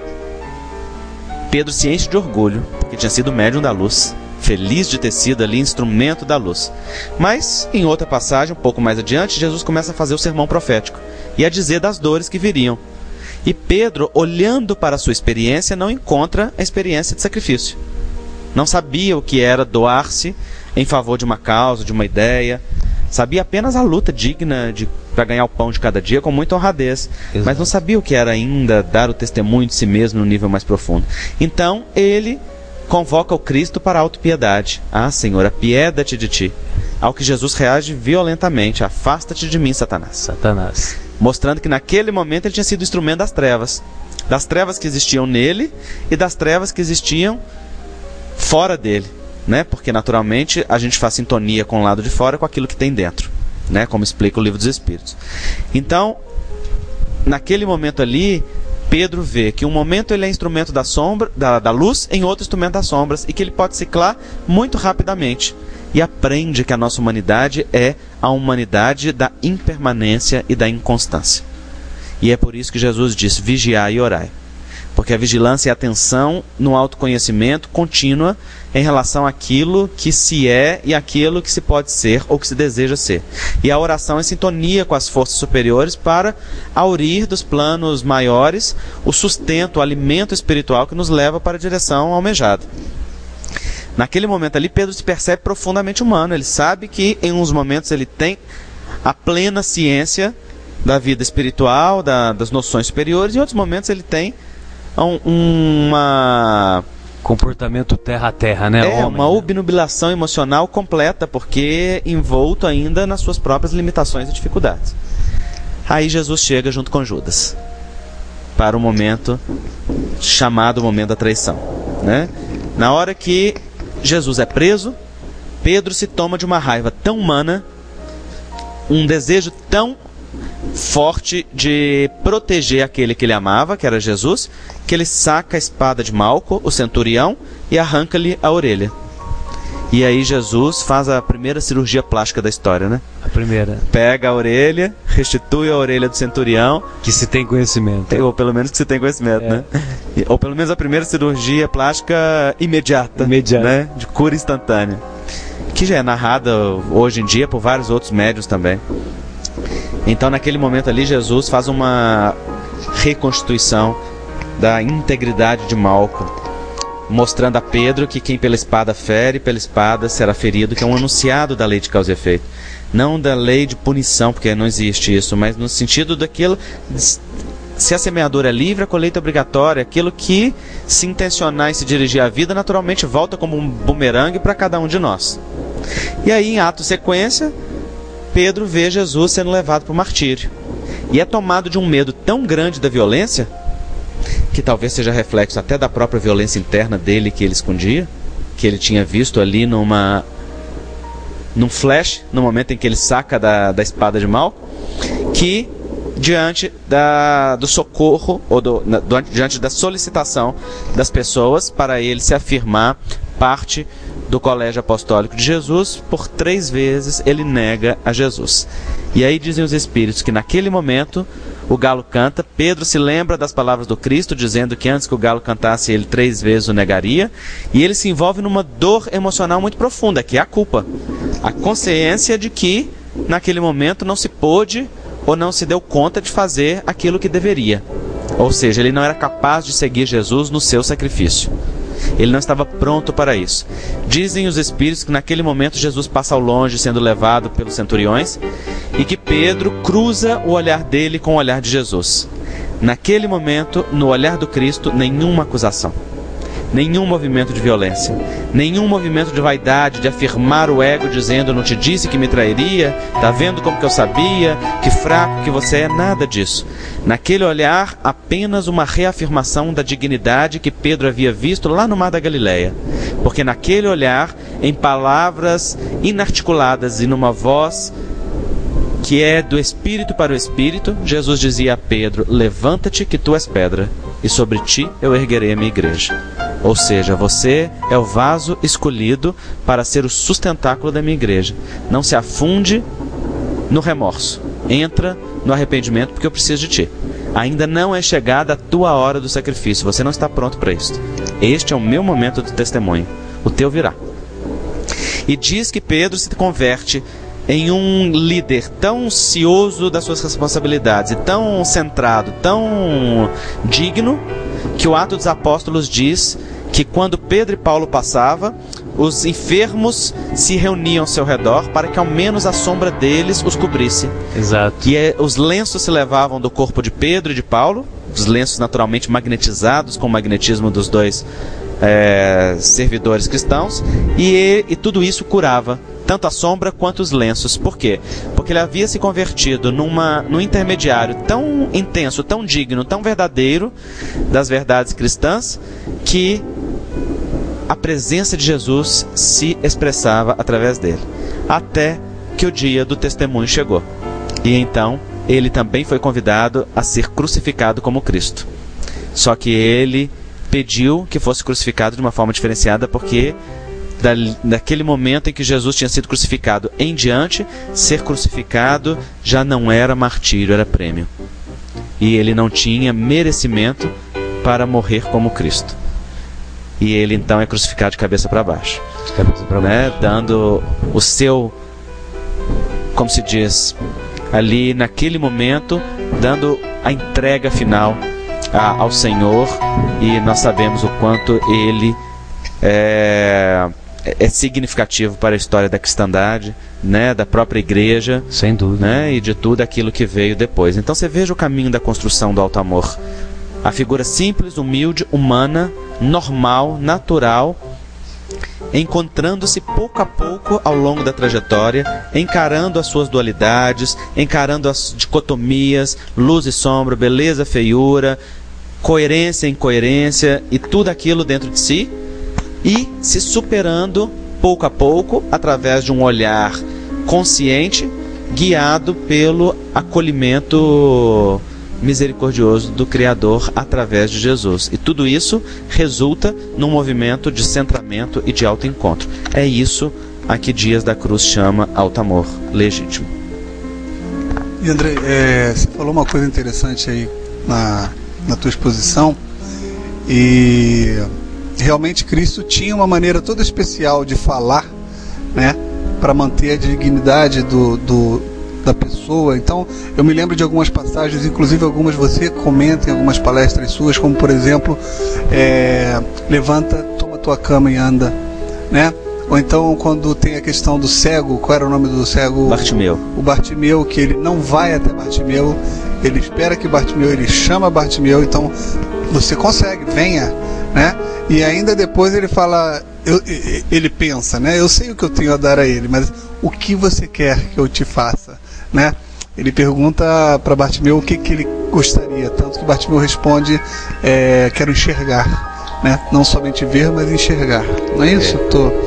Pedro se enche de orgulho, porque tinha sido médium da luz, feliz de ter sido ali instrumento da luz. Mas em outra passagem, um pouco mais adiante, Jesus começa a fazer o sermão profético e a dizer das dores que viriam. E Pedro, olhando para a sua experiência, não encontra a experiência de sacrifício. Não sabia o que era doar-se em favor de uma causa, de uma ideia. Sabia apenas a luta digna para ganhar o pão de cada dia com muita honradez. Exato. Mas não sabia o que era ainda dar o testemunho de si mesmo no nível mais profundo. Então ele convoca o Cristo para a autopiedade. Ah, Senhor, apieda-te de ti. Ao que Jesus reage violentamente: afasta-te de mim, Satanás. Mostrando que naquele momento ele tinha sido instrumento das trevas que existiam nele e das trevas que existiam fora dele, né? Porque naturalmente a gente faz sintonia com o lado de fora com aquilo que tem dentro, né? Como explica o Livro dos Espíritos. Então, naquele momento ali, Pedro vê que um momento ele é instrumento da sombra, da luz, em outro instrumento das sombras, e que ele pode ciclar muito rapidamente. E aprende que a nossa humanidade é a humanidade da impermanência e da inconstância. E é por isso que Jesus diz: vigiai e orai. Porque a vigilância é a atenção no autoconhecimento contínua em relação àquilo que se é e àquilo que se pode ser ou que se deseja ser. E a oração é sintonia com as forças superiores para aurir dos planos maiores o sustento, o alimento espiritual que nos leva para a direção almejada. Naquele momento ali, Pedro se percebe profundamente humano. Ele sabe que em uns momentos ele tem a plena ciência da vida espiritual, das noções superiores, e em outros momentos ele tem comportamento terra a terra, né? Uma obnubilação emocional completa, porque envolto ainda nas suas próprias limitações e dificuldades. Aí Jesus chega junto com Judas para o momento chamado momento da traição, né? Na hora que Jesus é preso, Pedro se toma de uma raiva tão humana, um desejo tão forte de proteger aquele que ele amava, que era Jesus, que ele saca a espada de Malco, o centurião, e arranca-lhe a orelha. E aí Jesus faz a primeira cirurgia plástica da história, né? A primeira. Pega a orelha, restitui a orelha do centurião. Que se tem conhecimento. Ou pelo menos que se tem conhecimento, né? Ou pelo menos a primeira cirurgia plástica imediata. Né? De cura instantânea. Que já é narrada hoje em dia por vários outros médiuns também. Então naquele momento ali Jesus faz uma reconstituição da integridade de Malco, mostrando a Pedro que quem pela espada fere, pela espada será ferido, que é um anunciado da lei de causa e efeito. Não da lei de punição, porque não existe isso, mas no sentido daquilo, se a semeadura é livre, a colheita é obrigatória. Aquilo que se intencionar e se dirigir à vida, naturalmente volta como um bumerangue para cada um de nós. E aí, em ato sequência, Pedro vê Jesus sendo levado para o martírio. E é tomado de um medo tão grande da violência, que talvez seja reflexo até da própria violência interna dele que ele escondia, que ele tinha visto ali num flash, no momento em que ele saca da espada de Malco, que diante do socorro, ou diante da solicitação das pessoas para ele se afirmar parte do colégio apostólico de Jesus, por 3 vezes ele nega a Jesus. E aí dizem os Espíritos que naquele momento o galo canta, Pedro se lembra das palavras do Cristo, dizendo que antes que o galo cantasse ele 3 vezes o negaria, e ele se envolve numa dor emocional muito profunda, que é a culpa. A consciência de que naquele momento não se pôde ou não se deu conta de fazer aquilo que deveria. Ou seja, ele não era capaz de seguir Jesus no seu sacrifício. Ele não estava pronto para isso. Dizem os Espíritos que naquele momento Jesus passa ao longe sendo levado pelos centuriões e que Pedro cruza o olhar dele com o olhar de Jesus. Naquele momento, no olhar do Cristo, nenhuma acusação, nenhum movimento de violência, nenhum movimento de vaidade, de afirmar o ego dizendo: não te disse que me trairia, tá vendo como que eu sabia, que fraco que você é, nada disso. Naquele olhar, apenas uma reafirmação da dignidade que Pedro havia visto lá no Mar da Galileia. Porque naquele olhar, em palavras inarticuladas e numa voz que é do Espírito para o Espírito, Jesus dizia a Pedro: levanta-te que tu és pedra, e sobre ti eu erguerei a minha igreja. Ou seja, você é o vaso escolhido para ser o sustentáculo da minha igreja. Não se afunde no remorso. Entra no arrependimento, porque eu preciso de ti. Ainda não é chegada a tua hora do sacrifício. Você não está pronto para isso. Este é o meu momento de testemunho. O teu virá. E diz que Pedro se converte em um líder tão cioso das suas responsabilidades e tão centrado, tão digno, que o Atos dos Apóstolos diz que quando Pedro e Paulo passavam, os enfermos se reuniam ao seu redor para que ao menos a sombra deles os cobrisse. Exato. E os lenços se levavam do corpo de Pedro e de Paulo, os lenços naturalmente magnetizados com o magnetismo dos dois servidores cristãos, e tudo isso curava tanto a sombra quanto os lenços. Por quê? Porque ele havia se convertido num intermediário tão intenso, tão digno, tão verdadeiro das verdades cristãs, que a presença de Jesus se expressava através dele, até que o dia do testemunho chegou. E então ele também foi convidado a ser crucificado como Cristo. Só que ele pediu que fosse crucificado de uma forma diferenciada, porque daquele momento em que Jesus tinha sido crucificado em diante, ser crucificado já não era martírio, era prêmio. E ele não tinha merecimento para morrer como Cristo. E ele então é crucificado de cabeça para baixo, né? Dando o seu, como se diz, ali naquele momento, dando a entrega final ao Senhor. E nós sabemos o quanto ele é significativo para a história da cristandade, né, da própria igreja, sem dúvida, né, e de tudo aquilo que veio depois. Então você veja o caminho da construção do alto amor. A figura simples, humilde, humana, normal, natural, encontrando-se pouco a pouco ao longo da trajetória, encarando as suas dualidades, encarando as dicotomias, luz e sombra, beleza, feiura, coerência, incoerência e tudo aquilo dentro de si, e se superando pouco a pouco através de um olhar consciente, guiado pelo acolhimento misericordioso do Criador através de Jesus. E tudo isso resulta num movimento de centramento e de autoencontro. É isso a que Dias da Cruz chama alto amor legítimo. E André, você falou uma coisa interessante aí na tua exposição, e realmente Cristo tinha uma maneira toda especial de falar, né, para manter a dignidade da pessoa. Então eu me lembro de algumas passagens, inclusive algumas você comenta em algumas palestras suas, como por exemplo, levanta, toma tua cama e anda, né? Ou então quando tem a questão do cego, qual era o nome do cego? Bartimeu. O Bartimeu, que ele não vai até Bartimeu, ele espera que Bartimeu, ele chama Bartimeu, então você consegue, venha, né? E ainda depois ele fala, ele pensa, né? Eu sei o que eu tenho a dar a ele, mas o que você quer que eu te faça, né? Ele pergunta para Bartimeu o que ele gostaria, tanto que Bartimeu responde, quero enxergar, né? Não somente ver, mas enxergar. Não é isso?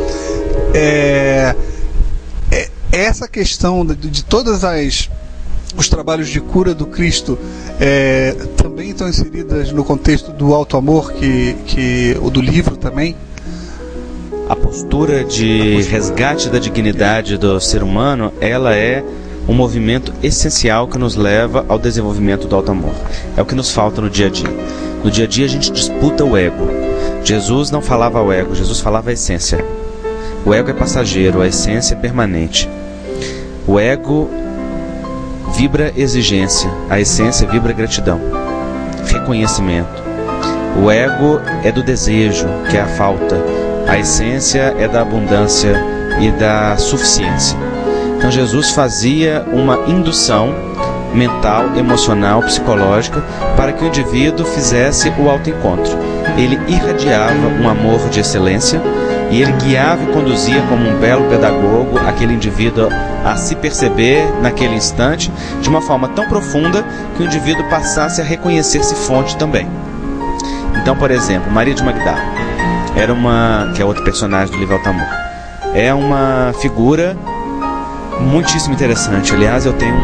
Essa questão de todas os trabalhos de cura do Cristo também estão inseridas no contexto do alto amor, o do livro também? A postura de resgate da dignidade do ser humano, ela é um movimento essencial que nos leva ao desenvolvimento do alto amor. É o que nos falta no dia a dia. No dia a dia a gente disputa o ego. Jesus não falava ao ego, Jesus falava a essência. O ego é passageiro, a essência é permanente. O ego vibra exigência, a essência vibra gratidão, reconhecimento. O ego é do desejo, que é a falta. A essência é da abundância e da suficiência. Então Jesus fazia uma indução mental, emocional, psicológica para que o indivíduo fizesse o autoencontro. Ele irradiava um amor de excelência e ele guiava e conduzia como um belo pedagogo aquele indivíduo a se perceber naquele instante de uma forma tão profunda que o indivíduo passasse a reconhecer-se fonte também. Então, por exemplo, Maria de Magdala que é outro personagem do livro Alto Amor, é uma figura muitíssimo interessante. Aliás, eu tenho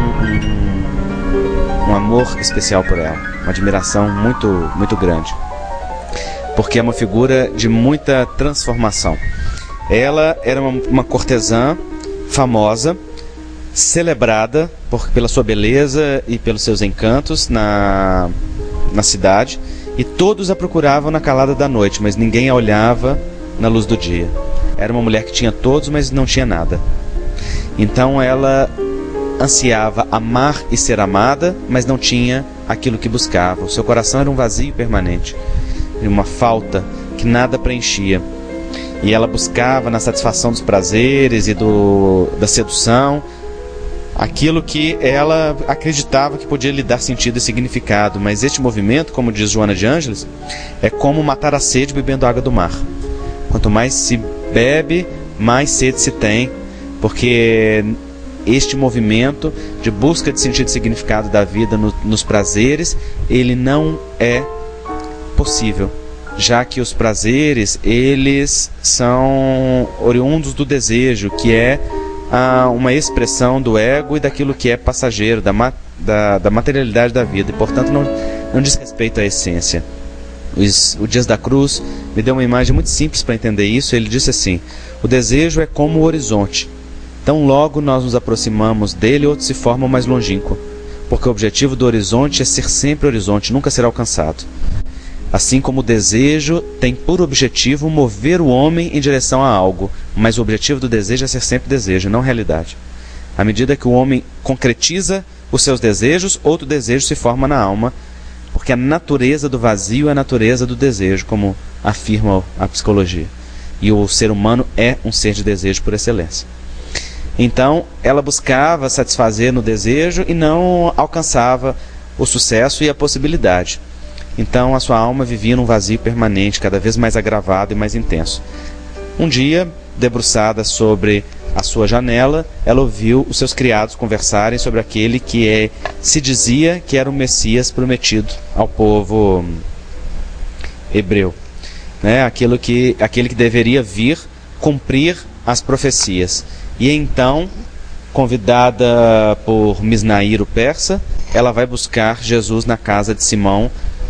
um amor especial por ela, uma admiração muito, muito grande, porque é uma figura de muita transformação. Ela era uma cortesã famosa, celebrada pela sua beleza e pelos seus encantos na cidade, e todos a procuravam na calada da noite, mas ninguém a olhava na luz do dia. Era uma mulher que tinha todos, mas não tinha nada. Então ela ansiava amar e ser amada, mas não tinha aquilo que buscava. O seu coração era um vazio permanente, uma falta que nada preenchia. E ela buscava na satisfação dos prazeres e da sedução aquilo que ela acreditava que podia lhe dar sentido e significado. Mas este movimento, como diz Joana de Ângeles, é como matar a sede bebendo água do mar. Quanto mais se bebe, mais sede se tem, porque este movimento de busca de sentido e significado da vida nos prazeres, ele não é possível, já que os prazeres, eles são oriundos do desejo, que é uma expressão do ego e daquilo que é passageiro, da materialidade da vida, e portanto não diz respeito à essência. O Dias da Cruz me deu uma imagem muito simples para entender isso. Ele disse assim: o desejo é como o horizonte, tão logo nós nos aproximamos dele, outro se forma mais longínquo, porque o objetivo do horizonte é ser sempre horizonte, nunca ser alcançado. Assim como o desejo tem por objetivo mover o homem em direção a algo, mas o objetivo do desejo é ser sempre desejo, não realidade. À medida que o homem concretiza os seus desejos, outro desejo se forma na alma, porque a natureza do vazio é a natureza do desejo, como afirma a psicologia. E o ser humano é um ser de desejo por excelência. Então, ela buscava satisfazer no desejo e não alcançava o sucesso e a possibilidade. Então, a sua alma vivia num vazio permanente, cada vez mais agravado e mais intenso. Um dia, debruçada sobre a sua janela, ela ouviu os seus criados conversarem sobre aquele que se dizia que era o Messias prometido ao povo hebreu, né? Aquele que deveria vir cumprir as profecias. E então, convidada por Misnair, o persa, ela vai buscar Jesus na casa de Simão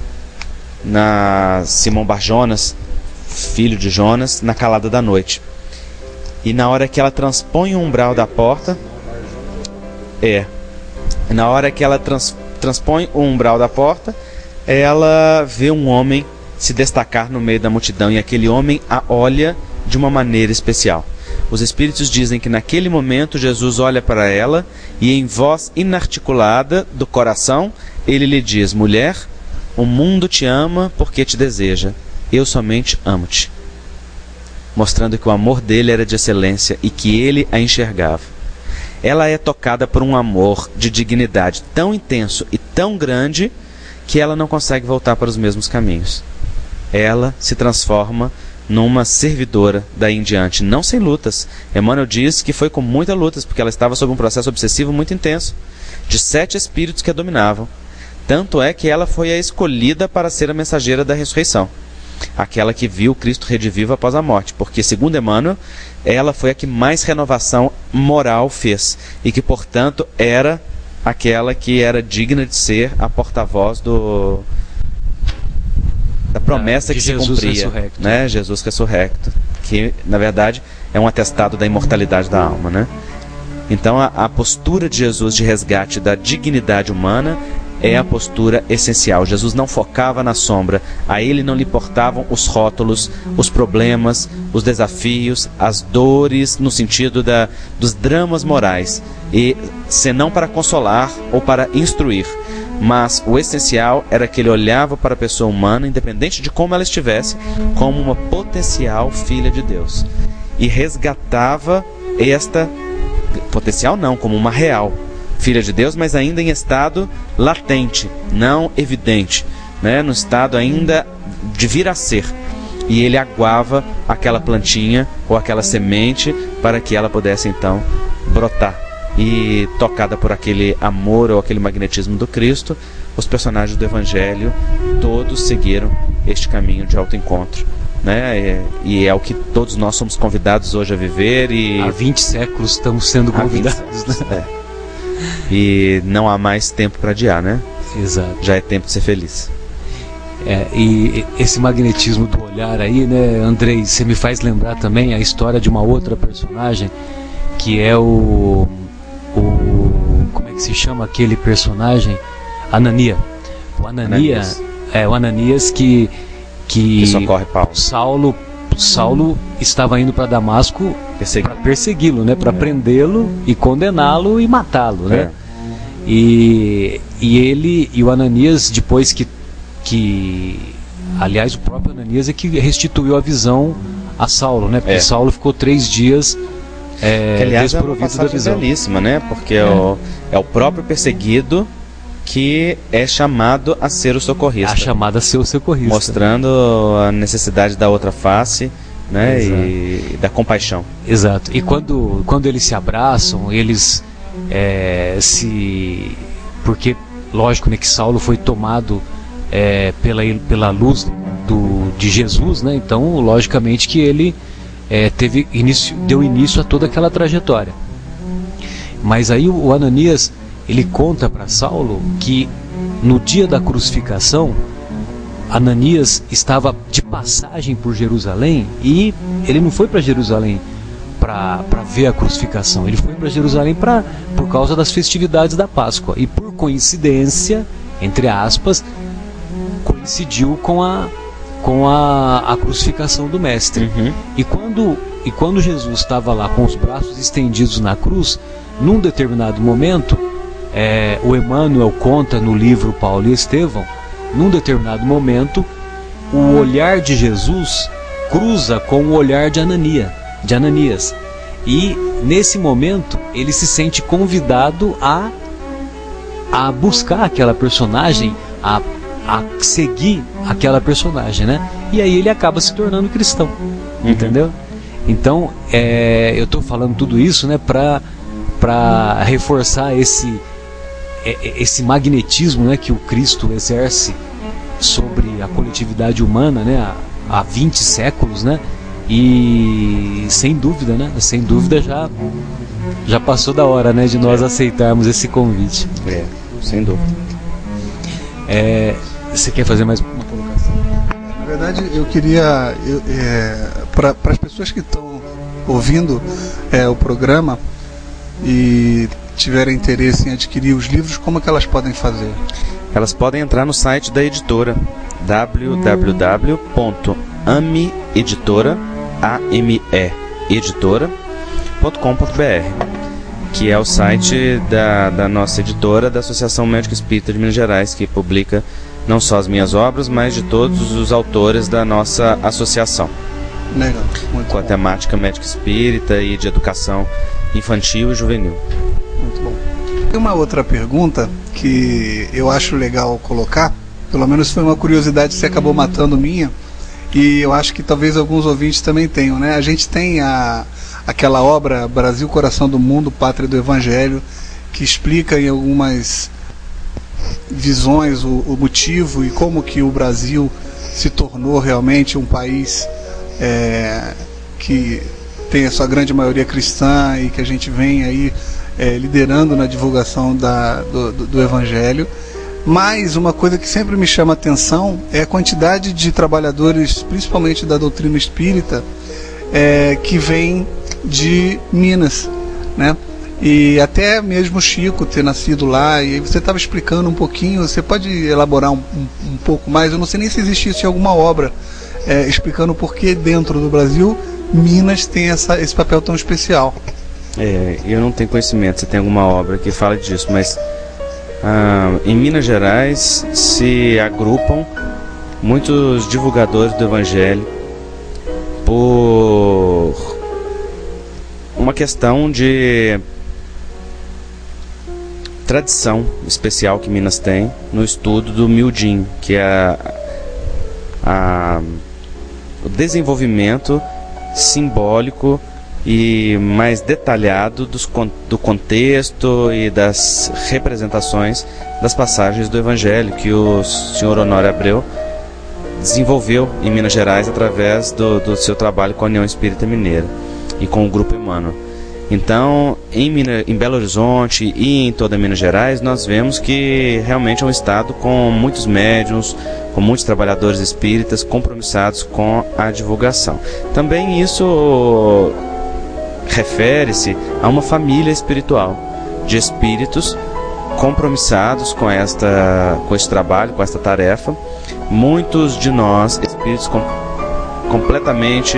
Bar Jonas, filho de Jonas, na calada da noite. E na hora que ela transpõe o umbral da porta, ela vê um homem se destacar no meio da multidão, e aquele homem a olha de uma maneira especial. Os espíritos dizem que naquele momento Jesus olha para ela e em voz inarticulada do coração ele lhe diz: mulher, o mundo te ama porque te deseja, eu somente amo-te. Mostrando que o amor dele era de excelência e que ele a enxergava. Ela é tocada por um amor de dignidade tão intenso e tão grande que ela não consegue voltar para os mesmos caminhos. Ela se transforma numa servidora daí em diante, não sem lutas. Emmanuel diz que foi com muitas lutas, porque ela estava sob um processo obsessivo muito intenso, de 7 espíritos que a dominavam. Tanto é que ela foi a escolhida para ser a mensageira da ressurreição, aquela que viu Cristo redivivo após a morte, porque, segundo Emmanuel, ela foi a que mais renovação moral fez, e que, portanto, era aquela que era digna de ser a porta-voz da promessa que se cumpria, né? Jesus ressurrecto, que na verdade é um atestado da imortalidade da alma, né? Então a postura de Jesus de resgate da dignidade humana é a postura essencial. Jesus não focava na sombra, a ele não lhe importavam os rótulos, os problemas, os desafios, as dores, no sentido dos dramas morais, e senão para consolar ou para instruir. Mas o essencial era que ele olhava para a pessoa humana, independente de como ela estivesse, como uma potencial filha de Deus, e resgatava esta potencial, não, como uma real filha de Deus, mas ainda em estado latente, não evidente, né? No estado ainda de vir a ser. E ele aguava aquela plantinha ou aquela semente para que ela pudesse então brotar. E tocada por aquele amor ou aquele magnetismo do Cristo, os personagens do Evangelho todos seguiram este caminho de autoencontro, né? E é o que todos nós somos convidados hoje a viver. E há 20 séculos estamos sendo convidados, né? E não há mais tempo para adiar, né? Exato. Já é tempo de ser feliz. E esse magnetismo do olhar aí, né, Andrei, você me faz lembrar também a história de uma outra personagem, que é como é que se chama aquele personagem? Anania. O Ananias que socorre Paulo. Saulo estava indo para Damasco para persegui-lo, né, para prendê-lo e condená-lo e matá-lo, né? E o Ananias, depois que aliás o próprio Ananias é que restituiu a visão a Saulo, né? Porque Saulo ficou 3 dias que, aliás, desprovido da visão. Belíssima, né? Porque é o próprio perseguido que é chamado a ser o socorrista. Chamado a ser o socorrista. Mostrando a necessidade da outra face né? E da compaixão. Exato. E quando eles se abraçam, eles porque lógico, né, que Saulo foi tomado pela luz de Jesus, né? Então logicamente que ele deu início a toda aquela trajetória. Mas aí o Ananias, ele conta para Saulo que no dia da crucificação, Ananias estava de passagem por Jerusalém, e ele não foi para Jerusalém para ver a crucificação, ele foi para Jerusalém por causa das festividades da Páscoa, e por coincidência, entre aspas, coincidiu com a crucificação do Mestre. E quando Jesus estava lá com os braços estendidos na cruz, num determinado momento, o Emmanuel conta no livro Paulo e Estevão, num determinado momento, o olhar de Jesus cruza com o olhar de Ananias. E nesse momento ele se sente convidado a buscar aquela personagem, a seguir aquela personagem, né? E aí ele acaba se tornando cristão, entendeu? Então, eu estou falando tudo isso, né, para reforçar esse magnetismo, né, que o Cristo exerce sobre a coletividade humana, né, há 20 séculos, né? E sem dúvida já passou da hora, né, de nós aceitarmos esse convite. Sem dúvida. Você quer fazer mais uma colocação? Na verdade, eu queria, para as pessoas que estão ouvindo o programa e tiverem interesse em adquirir os livros, como é que elas podem fazer? Elas podem entrar no site da editora, www.ameeditora.com.br, que é o site da nossa editora, da Associação Médica Espírita de Minas Gerais, que publica não só as minhas obras, mas de todos os autores da nossa associação. Legal, muito com a temática médica espírita e de educação infantil e juvenil. Muito bom. Tem uma outra pergunta que eu acho legal colocar, pelo menos foi uma curiosidade que você acabou matando minha, e eu acho que talvez alguns ouvintes também tenham, né? A gente tem aquela obra Brasil, Coração do Mundo, Pátria do Evangelho, que explica em algumas visões o motivo e como que o Brasil se tornou realmente um país que tem a sua grande maioria cristã e que a gente vem aí liderando na divulgação do Evangelho. Mas uma coisa que sempre me chama a atenção é a quantidade de trabalhadores, principalmente da doutrina espírita, que vem de Minas, né? E até mesmo Chico ter nascido lá, e você estava explicando um pouquinho, você pode elaborar um pouco mais? Eu não sei nem se existe isso em alguma obra, explicando por que dentro do Brasil Minas tem esse papel tão especial. Eu não tenho conhecimento se tem alguma obra que fala disso, mas em Minas Gerais se agrupam muitos divulgadores do Evangelho por uma questão de tradição especial que Minas tem no estudo do miudinho, que é o desenvolvimento simbólico e mais detalhado do contexto e das representações das passagens do Evangelho que o senhor Honório Abreu desenvolveu em Minas Gerais através do seu trabalho com a União Espírita Mineira e com o Grupo Emmanuel. Então, em Belo Horizonte e em toda Minas Gerais, nós vemos que realmente é um estado com muitos médiuns, com muitos trabalhadores espíritas compromissados com a divulgação. Também isso refere-se a uma família espiritual de espíritos compromissados com esse trabalho, com esta tarefa. Muitos de nós, espíritos completamente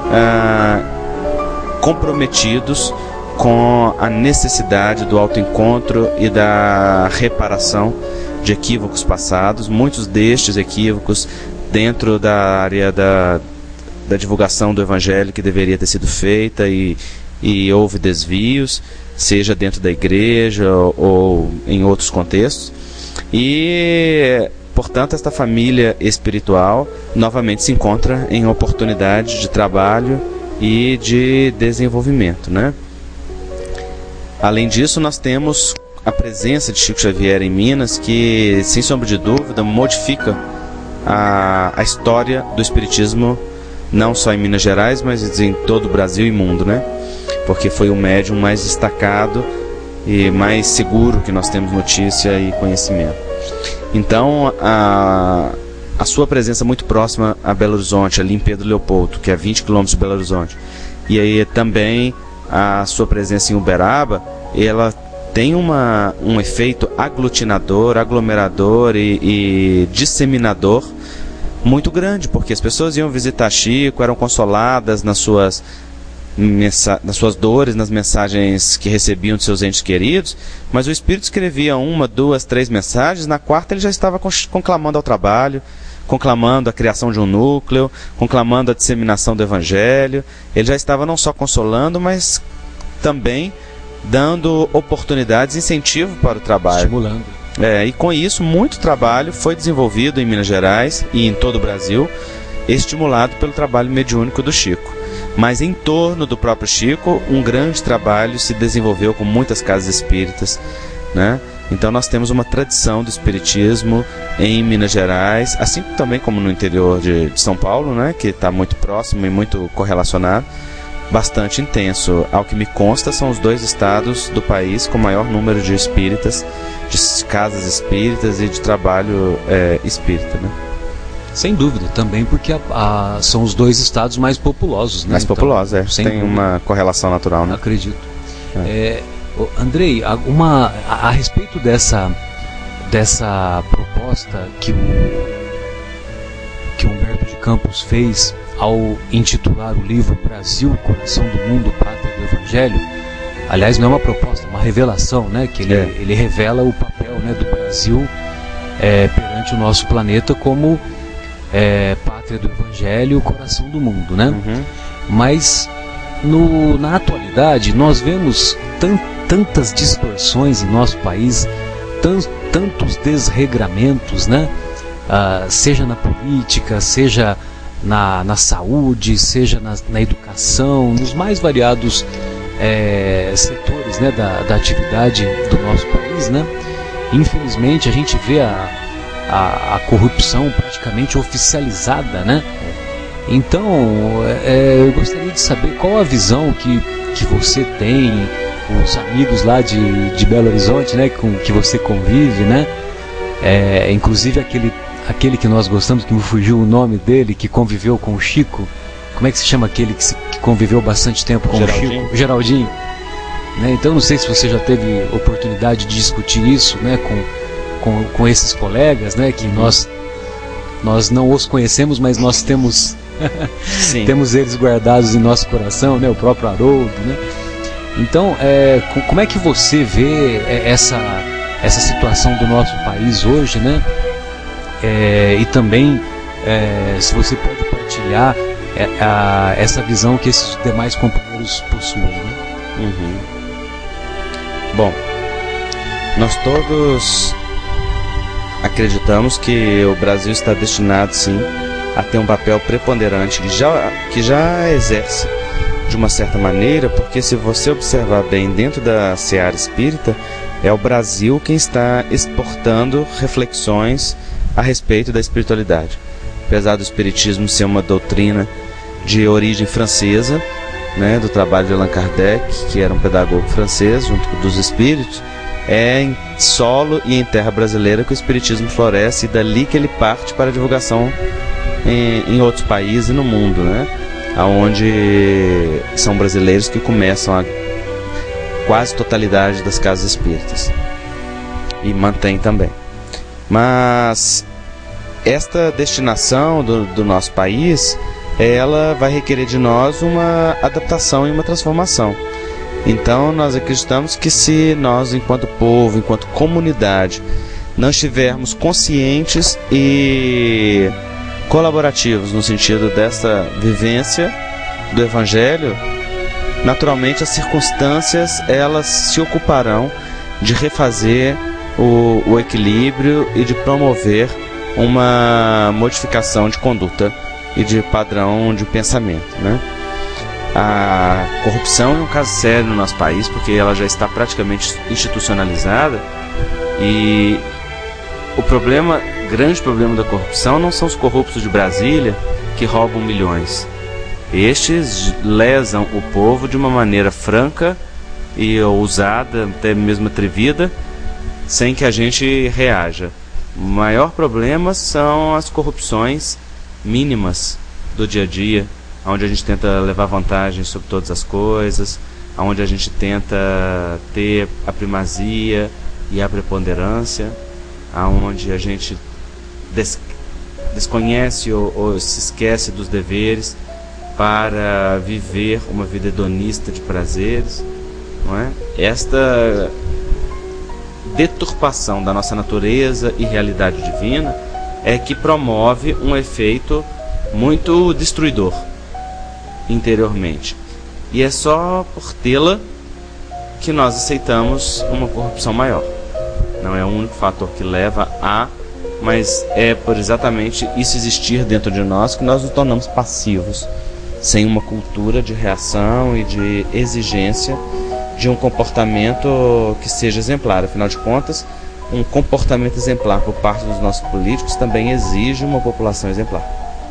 comprometidos com a necessidade do autoencontro e da reparação de equívocos passados, muitos destes equívocos dentro da área da divulgação do Evangelho que deveria ter sido feita e houve desvios, seja dentro da igreja ou em outros contextos. E Portanto, esta família espiritual novamente se encontra em oportunidade de trabalho e de desenvolvimento, né? Além disso, nós temos a presença de Chico Xavier em Minas, que, sem sombra de dúvida, modifica a história do espiritismo, não só em Minas Gerais, mas em todo o Brasil e mundo, né? Porque foi o médium mais destacado e mais seguro que nós temos notícia e conhecimento. Então, a sua presença muito próxima a Belo Horizonte, ali em Pedro Leopoldo, que é 20 km de Belo Horizonte, e aí também a sua presença em Uberaba, ela tem um efeito aglutinador, aglomerador e disseminador muito grande, porque as pessoas iam visitar Chico, eram consoladas nas suas dores, nas mensagens que recebiam de seus entes queridos, mas o Espírito escrevia 1, 2, 3 mensagens, na quarta ele já estava conclamando ao trabalho, conclamando a criação de um núcleo, conclamando a disseminação do Evangelho. Ele já estava não só consolando, mas também dando oportunidades, incentivo para o trabalho. Estimulando. E com isso, muito trabalho foi desenvolvido em Minas Gerais e em todo o Brasil, estimulado pelo trabalho mediúnico do Chico. Mas em torno do próprio Chico, um grande trabalho se desenvolveu com muitas casas espíritas, né? Então nós temos uma tradição do espiritismo em Minas Gerais, assim também como no interior de São Paulo, né? Que está muito próximo e muito correlacionado, bastante intenso. Ao que me consta, são os 2 estados do país com maior número de espíritas, de casas espíritas e de trabalho espírita, né? Sem dúvida, também porque são os 2 estados mais populosos, né? Mais populosos, Tem dúvida. Uma correlação natural, né? Acredito. Andrei, a respeito dessa proposta que o Humberto de Campos fez ao intitular o livro Brasil, Coração do Mundo, Pátria do Evangelho, aliás, não é uma proposta, é uma revelação, né? Que ele revela o papel, né, do Brasil perante o nosso planeta como pátria do Evangelho, coração do mundo, né? Uhum. Mas na atualidade nós vemos tantas distorções em nosso país, tantos desregramentos, né? Seja na política, seja na saúde, seja na educação, nos mais variados setores, né, da atividade do nosso país, né? Infelizmente a gente vê a corrupção praticamente oficializada, né? Então eu gostaria de saber qual a visão que você tem, os amigos lá de Belo Horizonte, né, com que você convive, né? Inclusive aquele que nós gostamos, que me fugiu o nome dele, que conviveu com o Chico. Como é que se chama aquele que conviveu bastante tempo com Geraldinho. o Chico? Geraldinho. Né? Então não sei se você já teve oportunidade de discutir isso, né, com esses colegas, né, que nós não os conhecemos, mas nós temos temos eles guardados em nosso coração, né, o próprio Haroldo, né? Então, como é que você vê essa situação do nosso país hoje, né? E também se você pode partilhar essa visão que esses demais companheiros possuem, né? Uhum. Bom, nós todos acreditamos que o Brasil está destinado, sim, a ter um papel preponderante que já exerce de uma certa maneira, porque se você observar bem dentro da seara espírita, é o Brasil quem está exportando reflexões a respeito da espiritualidade. Apesar do espiritismo ser uma doutrina de origem francesa, né, do trabalho de Allan Kardec, que era um pedagogo francês, junto com dos espíritos, é em solo e em terra brasileira que o espiritismo floresce, e dali que ele parte para a divulgação em outros países e no mundo, né, onde são brasileiros que começam a quase totalidade das casas espíritas, e mantém também. Mas esta destinação do nosso país, ela vai requerer de nós uma adaptação e uma transformação. Então nós acreditamos que se nós, enquanto povo, enquanto comunidade, não estivermos conscientes e colaborativos no sentido dessa vivência do Evangelho, naturalmente as circunstâncias elas se ocuparão de refazer o equilíbrio e de promover uma modificação de conduta e de padrão de pensamento, né? A corrupção é um caso sério no nosso país, porque ela já está praticamente institucionalizada, e o grande problema da corrupção não são os corruptos de Brasília que roubam milhões. Estes lesam o povo de uma maneira franca e ousada, até mesmo atrevida, sem que a gente reaja. O maior problema são as corrupções mínimas do dia a dia, onde a gente tenta levar vantagem sobre todas as coisas, onde a gente tenta ter a primazia e a preponderância, onde a gente desconhece ou se esquece dos deveres para viver uma vida hedonista de prazeres, não é? Esta deturpação da nossa natureza e realidade divina é que promove um efeito muito destruidor interiormente. E é só por tê-la que nós aceitamos uma corrupção maior. Não é o único fator que leva a, mas é por exatamente isso existir dentro de nós que nós nos tornamos passivos, sem uma cultura de reação e de exigência de um comportamento que seja exemplar. Afinal de contas, um comportamento exemplar por parte dos nossos políticos também exige uma população exemplar.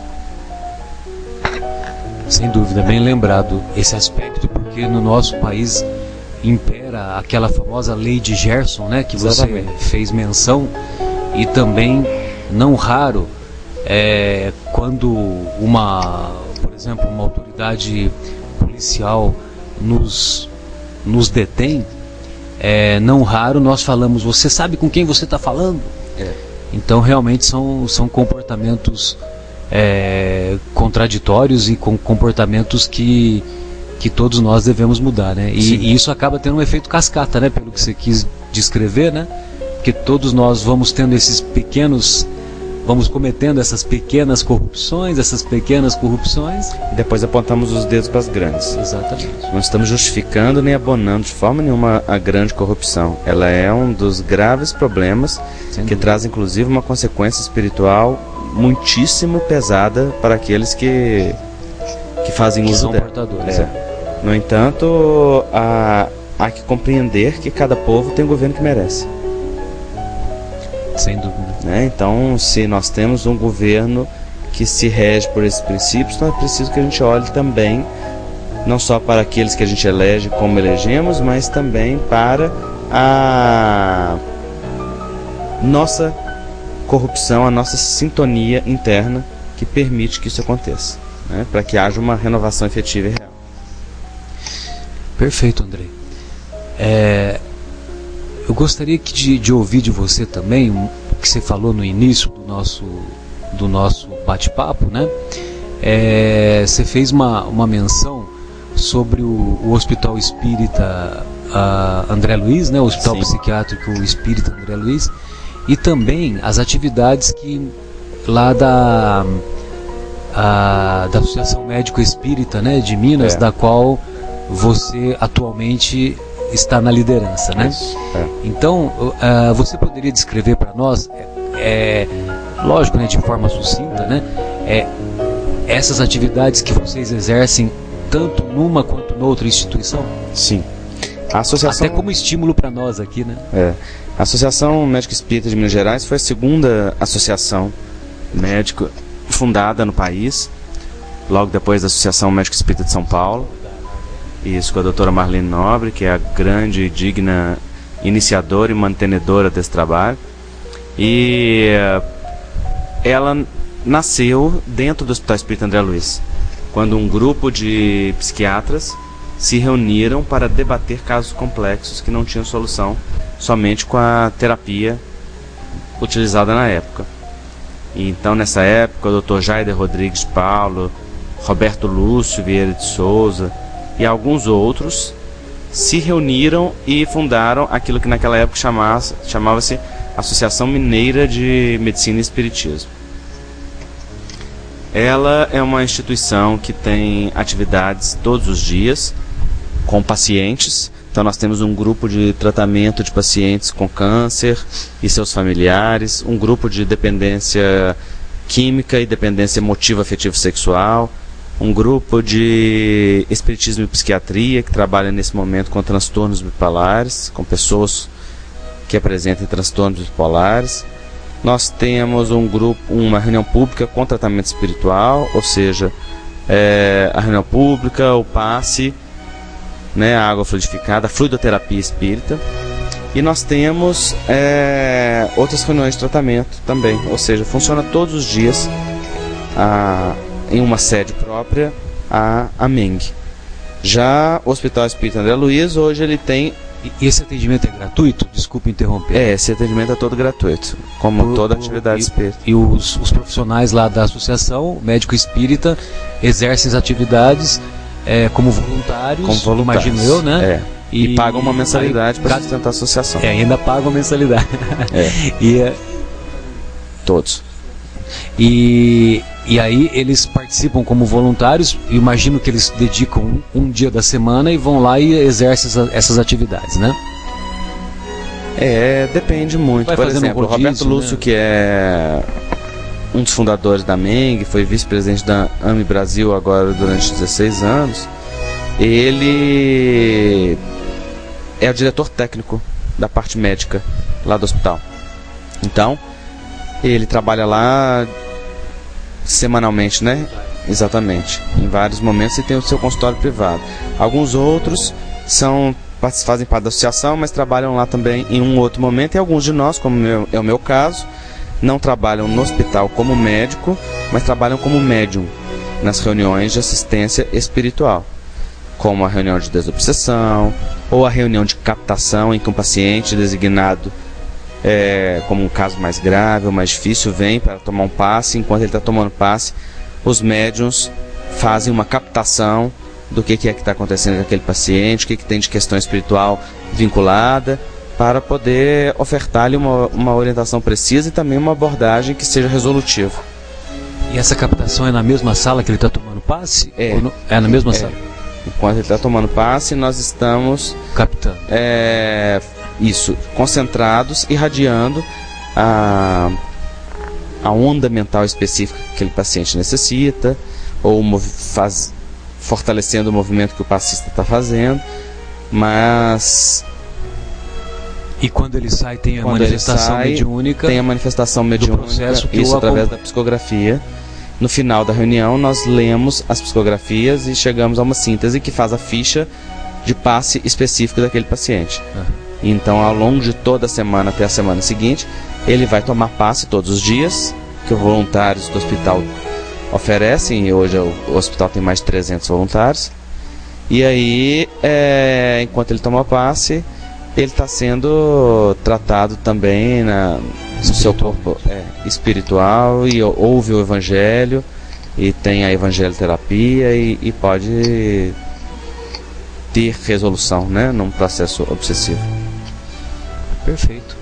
Sem dúvida, bem lembrado esse aspecto, porque no nosso país impera aquela famosa lei de Gerson, né, que você fez menção, e também, não raro, quando por exemplo, uma autoridade policial nos detém, não raro nós falamos: você sabe com quem você está falando? Então realmente são comportamentos contraditórios e com comportamentos que todos nós devemos mudar, né? E isso acaba tendo um efeito cascata, né? Pelo que você quis descrever, né? Porque todos nós vamos tendo vamos cometendo essas pequenas corrupções, e depois apontamos os dedos para as grandes. Exatamente. Não estamos justificando nem abonando de forma nenhuma a grande corrupção. Ela é um dos graves problemas que traz inclusive uma consequência espiritual muitíssimo pesada para aqueles que fazem uso dela. Portadores. No entanto, há que compreender que cada povo tem o governo que merece. Sem dúvida. Então, se nós temos um governo que se rege por esses princípios, então é preciso que a gente olhe também, não só para aqueles que a gente elege como elegemos, mas também para a nossa corrupção, a nossa sintonia interna que permite que isso aconteça, né? Para que haja uma renovação efetiva e real. Perfeito, Andrei. Eu gostaria de ouvir de você também o que você falou no início do nosso bate-papo, né? Você fez uma menção sobre o Hospital Espírita André Luiz, né? O Hospital Psiquiátrico Espírita André Luiz, e também as atividades que lá da Associação Médico Espírita, né, de Minas, da qual você atualmente está na liderança, né? Então, você poderia descrever para nós, lógico, né, de forma sucinta, né, essas atividades que vocês exercem tanto numa quanto noutra instituição? Sim. A associação... Até como estímulo para nós aqui, né? A Associação Médico Espírita de Minas Gerais foi a segunda associação médica fundada no país, logo depois da Associação Médico Espírita de São Paulo. Isso, com a doutora Marlene Nobre, que é a grande e digna iniciadora e mantenedora desse trabalho. E ela nasceu dentro do Hospital Espírita André Luiz, quando um grupo de psiquiatras se reuniram para debater casos complexos que não tinham solução somente com a terapia utilizada na época. E então, nessa época, o Dr. Jaider Rodrigues Paulo, Roberto Lúcio Vieira de Souza e alguns outros se reuniram e fundaram aquilo que naquela época chamava-se Associação Mineira de Medicina e Espiritismo. Ela é uma instituição que tem atividades todos os dias com pacientes, Então nós temos um grupo de tratamento de pacientes com câncer e seus familiares, um grupo de dependência química e dependência emotiva, afetiva e sexual, um grupo de espiritismo e psiquiatria que trabalha nesse momento com transtornos bipolares, com pessoas que apresentem transtornos bipolares. Nós temos um grupo, uma reunião pública com tratamento espiritual, ou seja, a reunião pública, o passe, né, a água fluidificada, a fluidoterapia espírita. E nós temos outras reuniões de tratamento também, ou seja, funciona todos os dias em uma sede própria a MENG. Já o Hospital Espírita André Luiz, hoje ele tem... E esse atendimento é gratuito? Desculpa interromper. Esse atendimento é todo gratuito, como toda atividade espírita. E os profissionais lá da associação, médico espírita, exercem as atividades como voluntários, imagino eu, né? E pagam uma mensalidade para sustentar a associação. Ainda pagam mensalidade. Todos. E aí eles participam como voluntários. Imagino que eles dedicam um dia da semana e vão lá e exercem essas atividades, né? Depende muito. Por exemplo, o Roberto Lúcio, que é um dos fundadores da MENG, foi vice-presidente da AME Brasil agora durante 16 anos, ele é o diretor técnico da parte médica lá do hospital. Então, ele trabalha lá semanalmente, né? Exatamente. Em vários momentos e tem o seu consultório privado. Alguns outros fazem parte da associação, mas trabalham lá também em um outro momento. E alguns de nós, como é o meu caso, não trabalham no hospital como médico, mas trabalham como médium nas reuniões de assistência espiritual, como a reunião de desobsessão ou a reunião de captação, em que um paciente designado como um caso mais grave ou mais difícil vem para tomar um passe. Enquanto ele está tomando passe, os médiuns fazem uma captação do que é que está acontecendo com aquele paciente, o que tem de questão espiritual vinculada, para poder ofertar-lhe uma orientação precisa e também uma abordagem que seja resolutiva. E essa captação é na mesma sala que ele está tomando passe? É na mesma sala? Enquanto ele está tomando passe, nós estamos captando. Concentrados, irradiando a onda mental específica que aquele paciente necessita, ou fortalecendo o movimento que o passista está fazendo. Mas... E quando ele sai, tem a manifestação mediúnica? Tem a manifestação mediúnica, isso através da psicografia. No final da reunião, nós lemos as psicografias e chegamos a uma síntese que faz a ficha de passe específico daquele paciente. Então, ao longo de toda a semana até a semana seguinte, ele vai tomar passe todos os dias, que os voluntários do hospital oferecem, e hoje o hospital tem mais de 300 voluntários. E aí, enquanto ele toma passe, ele está sendo tratado também no seu corpo espiritual, e ouve o evangelho, e tem a evangelioterapia, e pode ter resolução, né, num processo obsessivo. Perfeito.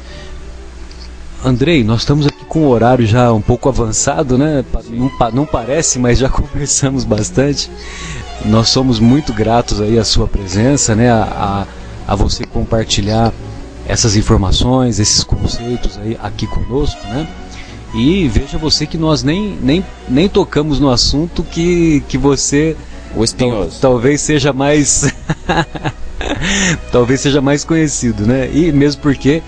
Andrei, nós estamos aqui com o horário já um pouco avançado, né? Não parece, mas já conversamos bastante. Nós somos muito gratos aí à sua presença, né? A você compartilhar essas informações, esses conceitos aí aqui conosco, né? E veja você que nós nem tocamos no assunto que você... O espinhoso. Talvez seja mais... talvez seja mais conhecido, né? E mesmo porque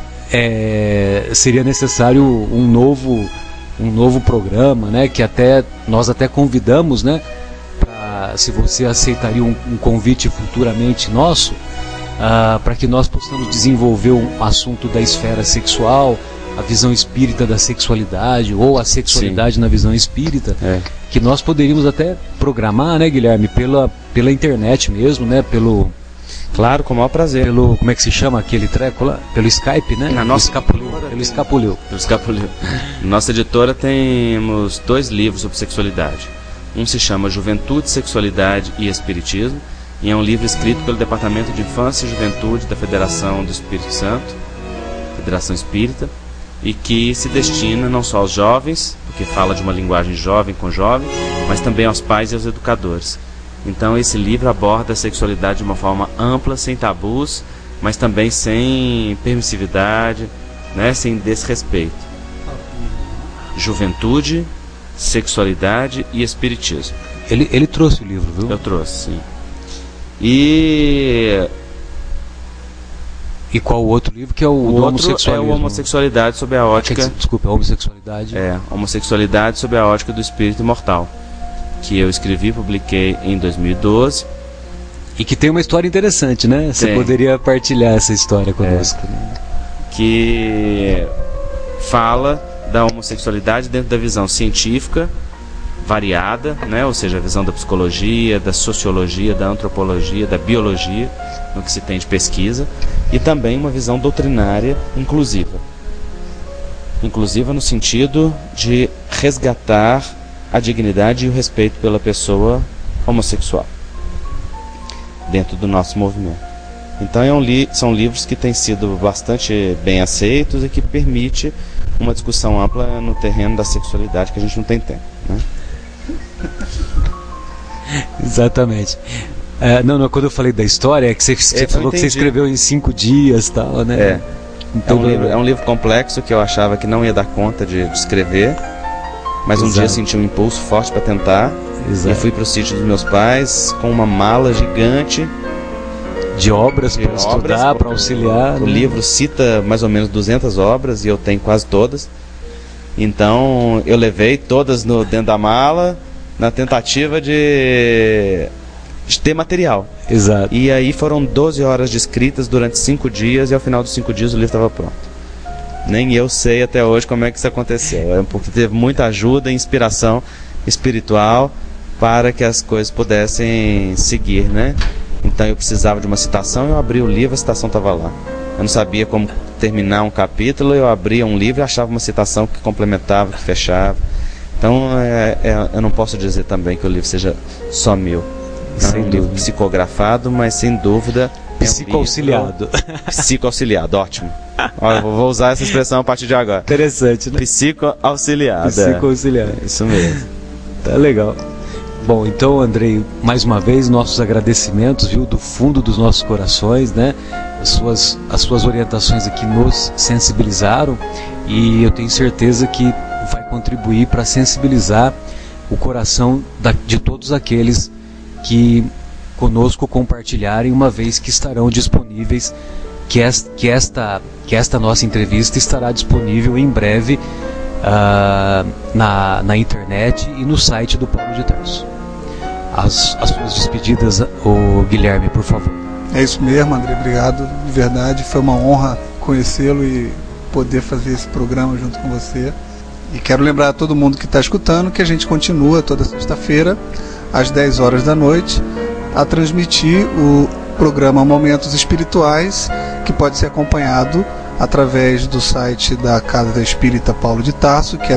seria necessário um novo programa, né? Que nós até convidamos, né? Se você aceitaria um convite futuramente nosso, para que nós possamos desenvolver um assunto da esfera sexual, a visão espírita da sexualidade, ou a sexualidade na visão espírita, que nós poderíamos até programar, né, Guilherme, pela internet mesmo, né, Claro, com o maior prazer. Como é que se chama aquele treco lá? Pelo Skype, né? Na nossa Escapuleu. Nossa editora temos 2 livros sobre sexualidade. Um se chama Juventude, Sexualidade e Espiritismo, e é um livro escrito pelo Departamento de Infância e Juventude da Federação do Espírito Santo, Federação Espírita, e que se destina não só aos jovens, porque fala de uma linguagem jovem com jovem, mas também aos pais e aos educadores. Então esse livro aborda a sexualidade de uma forma ampla, sem tabus, mas também sem permissividade, né, sem desrespeito. Juventude, sexualidade e espiritismo. Ele trouxe o livro, viu? Eu trouxe, sim. E qual o outro livro, que é o do outro homossexualismo? É o Homossexualidade sob a ótica... Desculpa, a homossexualidade. Homossexualidade sob a ótica do espírito imortal, que eu escrevi e publiquei em 2012. E que tem uma história interessante, né? Você poderia partilhar essa história conosco. Né? Que fala da homossexualidade dentro da visão científica, variada, né? Ou seja, a visão da psicologia, da sociologia, da antropologia, da biologia, no que se tem de pesquisa, e também uma visão doutrinária inclusiva. Inclusiva no sentido de resgatar a dignidade e o respeito pela pessoa homossexual dentro do nosso movimento. Então são livros que têm sido bastante bem aceitos e que permite uma discussão ampla no terreno da sexualidade, que a gente não tem tempo, né? Exatamente. Não, quando eu falei da história, é que você falou que você escreveu em 5 dias e tal, né? Então, é um livro complexo que eu achava que não ia dar conta de escrever, mas um dia senti um impulso forte para tentar. E fui para o sítio dos meus pais com uma mala gigante de obras para estudar, para auxiliar. O livro cita mais ou menos 200 obras e eu tenho quase todas. Então eu levei todas dentro da mala na tentativa de ter material. Exato. E aí foram 12 horas de escritas durante 5 dias e ao final dos 5 dias o livro estava pronto. Nem eu sei até hoje como é que isso aconteceu. Porque teve muita ajuda e inspiração espiritual para que as coisas pudessem seguir, né? Então eu precisava de uma citação, eu abri o livro, a citação estava lá. Eu não sabia como terminar um capítulo, eu abria um livro e achava uma citação que complementava, que fechava. Então eu não posso dizer também que o livro seja só meu. É um livro psicografado, mas sem dúvida psicoauxiliado. Psicoauxiliado, ótimo. Olha, vou usar essa expressão a partir de agora. Interessante, né? Psicoauxiliado. Psicoauxiliado. Isso mesmo. Tá legal. Bom, então, Andrei, mais uma vez, nossos agradecimentos, viu, do fundo dos nossos corações, né? As suas orientações aqui nos sensibilizaram e eu tenho certeza que vai contribuir para sensibilizar o coração de todos aqueles que conosco compartilharem, uma vez que estarão disponíveis, que esta nossa entrevista estará disponível em breve na internet e no site do Paulo de Tarso. As suas despedidas, Guilherme, por favor. É isso mesmo, André, obrigado, de verdade, foi uma honra conhecê-lo e poder fazer esse programa junto com você. E quero lembrar a todo mundo que está escutando que a gente continua toda sexta-feira, às 10 horas da noite, a transmitir o programa Momentos Espirituais, que pode ser acompanhado através do site da Casa Espírita Paulo de Tarso, que é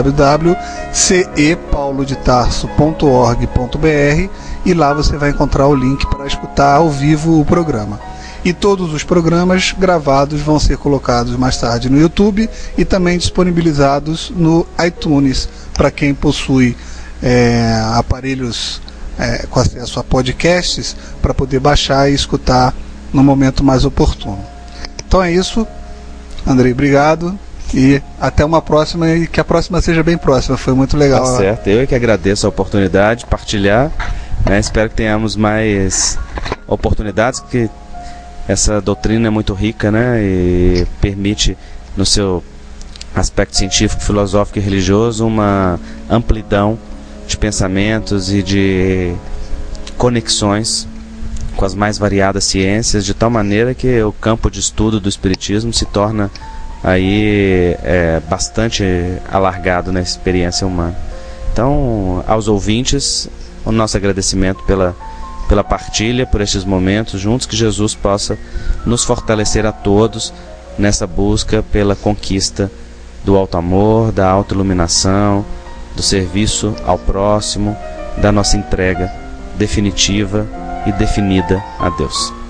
www.cepaulodetarso.org.br, e lá você vai encontrar o link para escutar ao vivo o programa. E todos os programas gravados vão ser colocados mais tarde no YouTube e também disponibilizados no iTunes, para quem possui aparelhos com acesso a podcasts, para poder baixar e escutar no momento mais oportuno. Então é isso, Andrei, obrigado e até uma próxima, e que a próxima seja bem próxima, foi muito legal. Tá certo, eu é que agradeço a oportunidade de partilhar, né? Espero que tenhamos mais oportunidades, porque essa doutrina é muito rica, né? E permite, no seu aspecto científico, filosófico e religioso, uma amplidão de pensamentos e de conexões com as mais variadas ciências, de tal maneira que o campo de estudo do espiritismo se torna aí bastante alargado na experiência humana. Então, aos ouvintes, o nosso agradecimento pela partilha, por estes momentos juntos, que Jesus possa nos fortalecer a todos nessa busca pela conquista do alto amor, da autoiluminação, do serviço ao próximo, da nossa entrega definitiva e definida a Deus.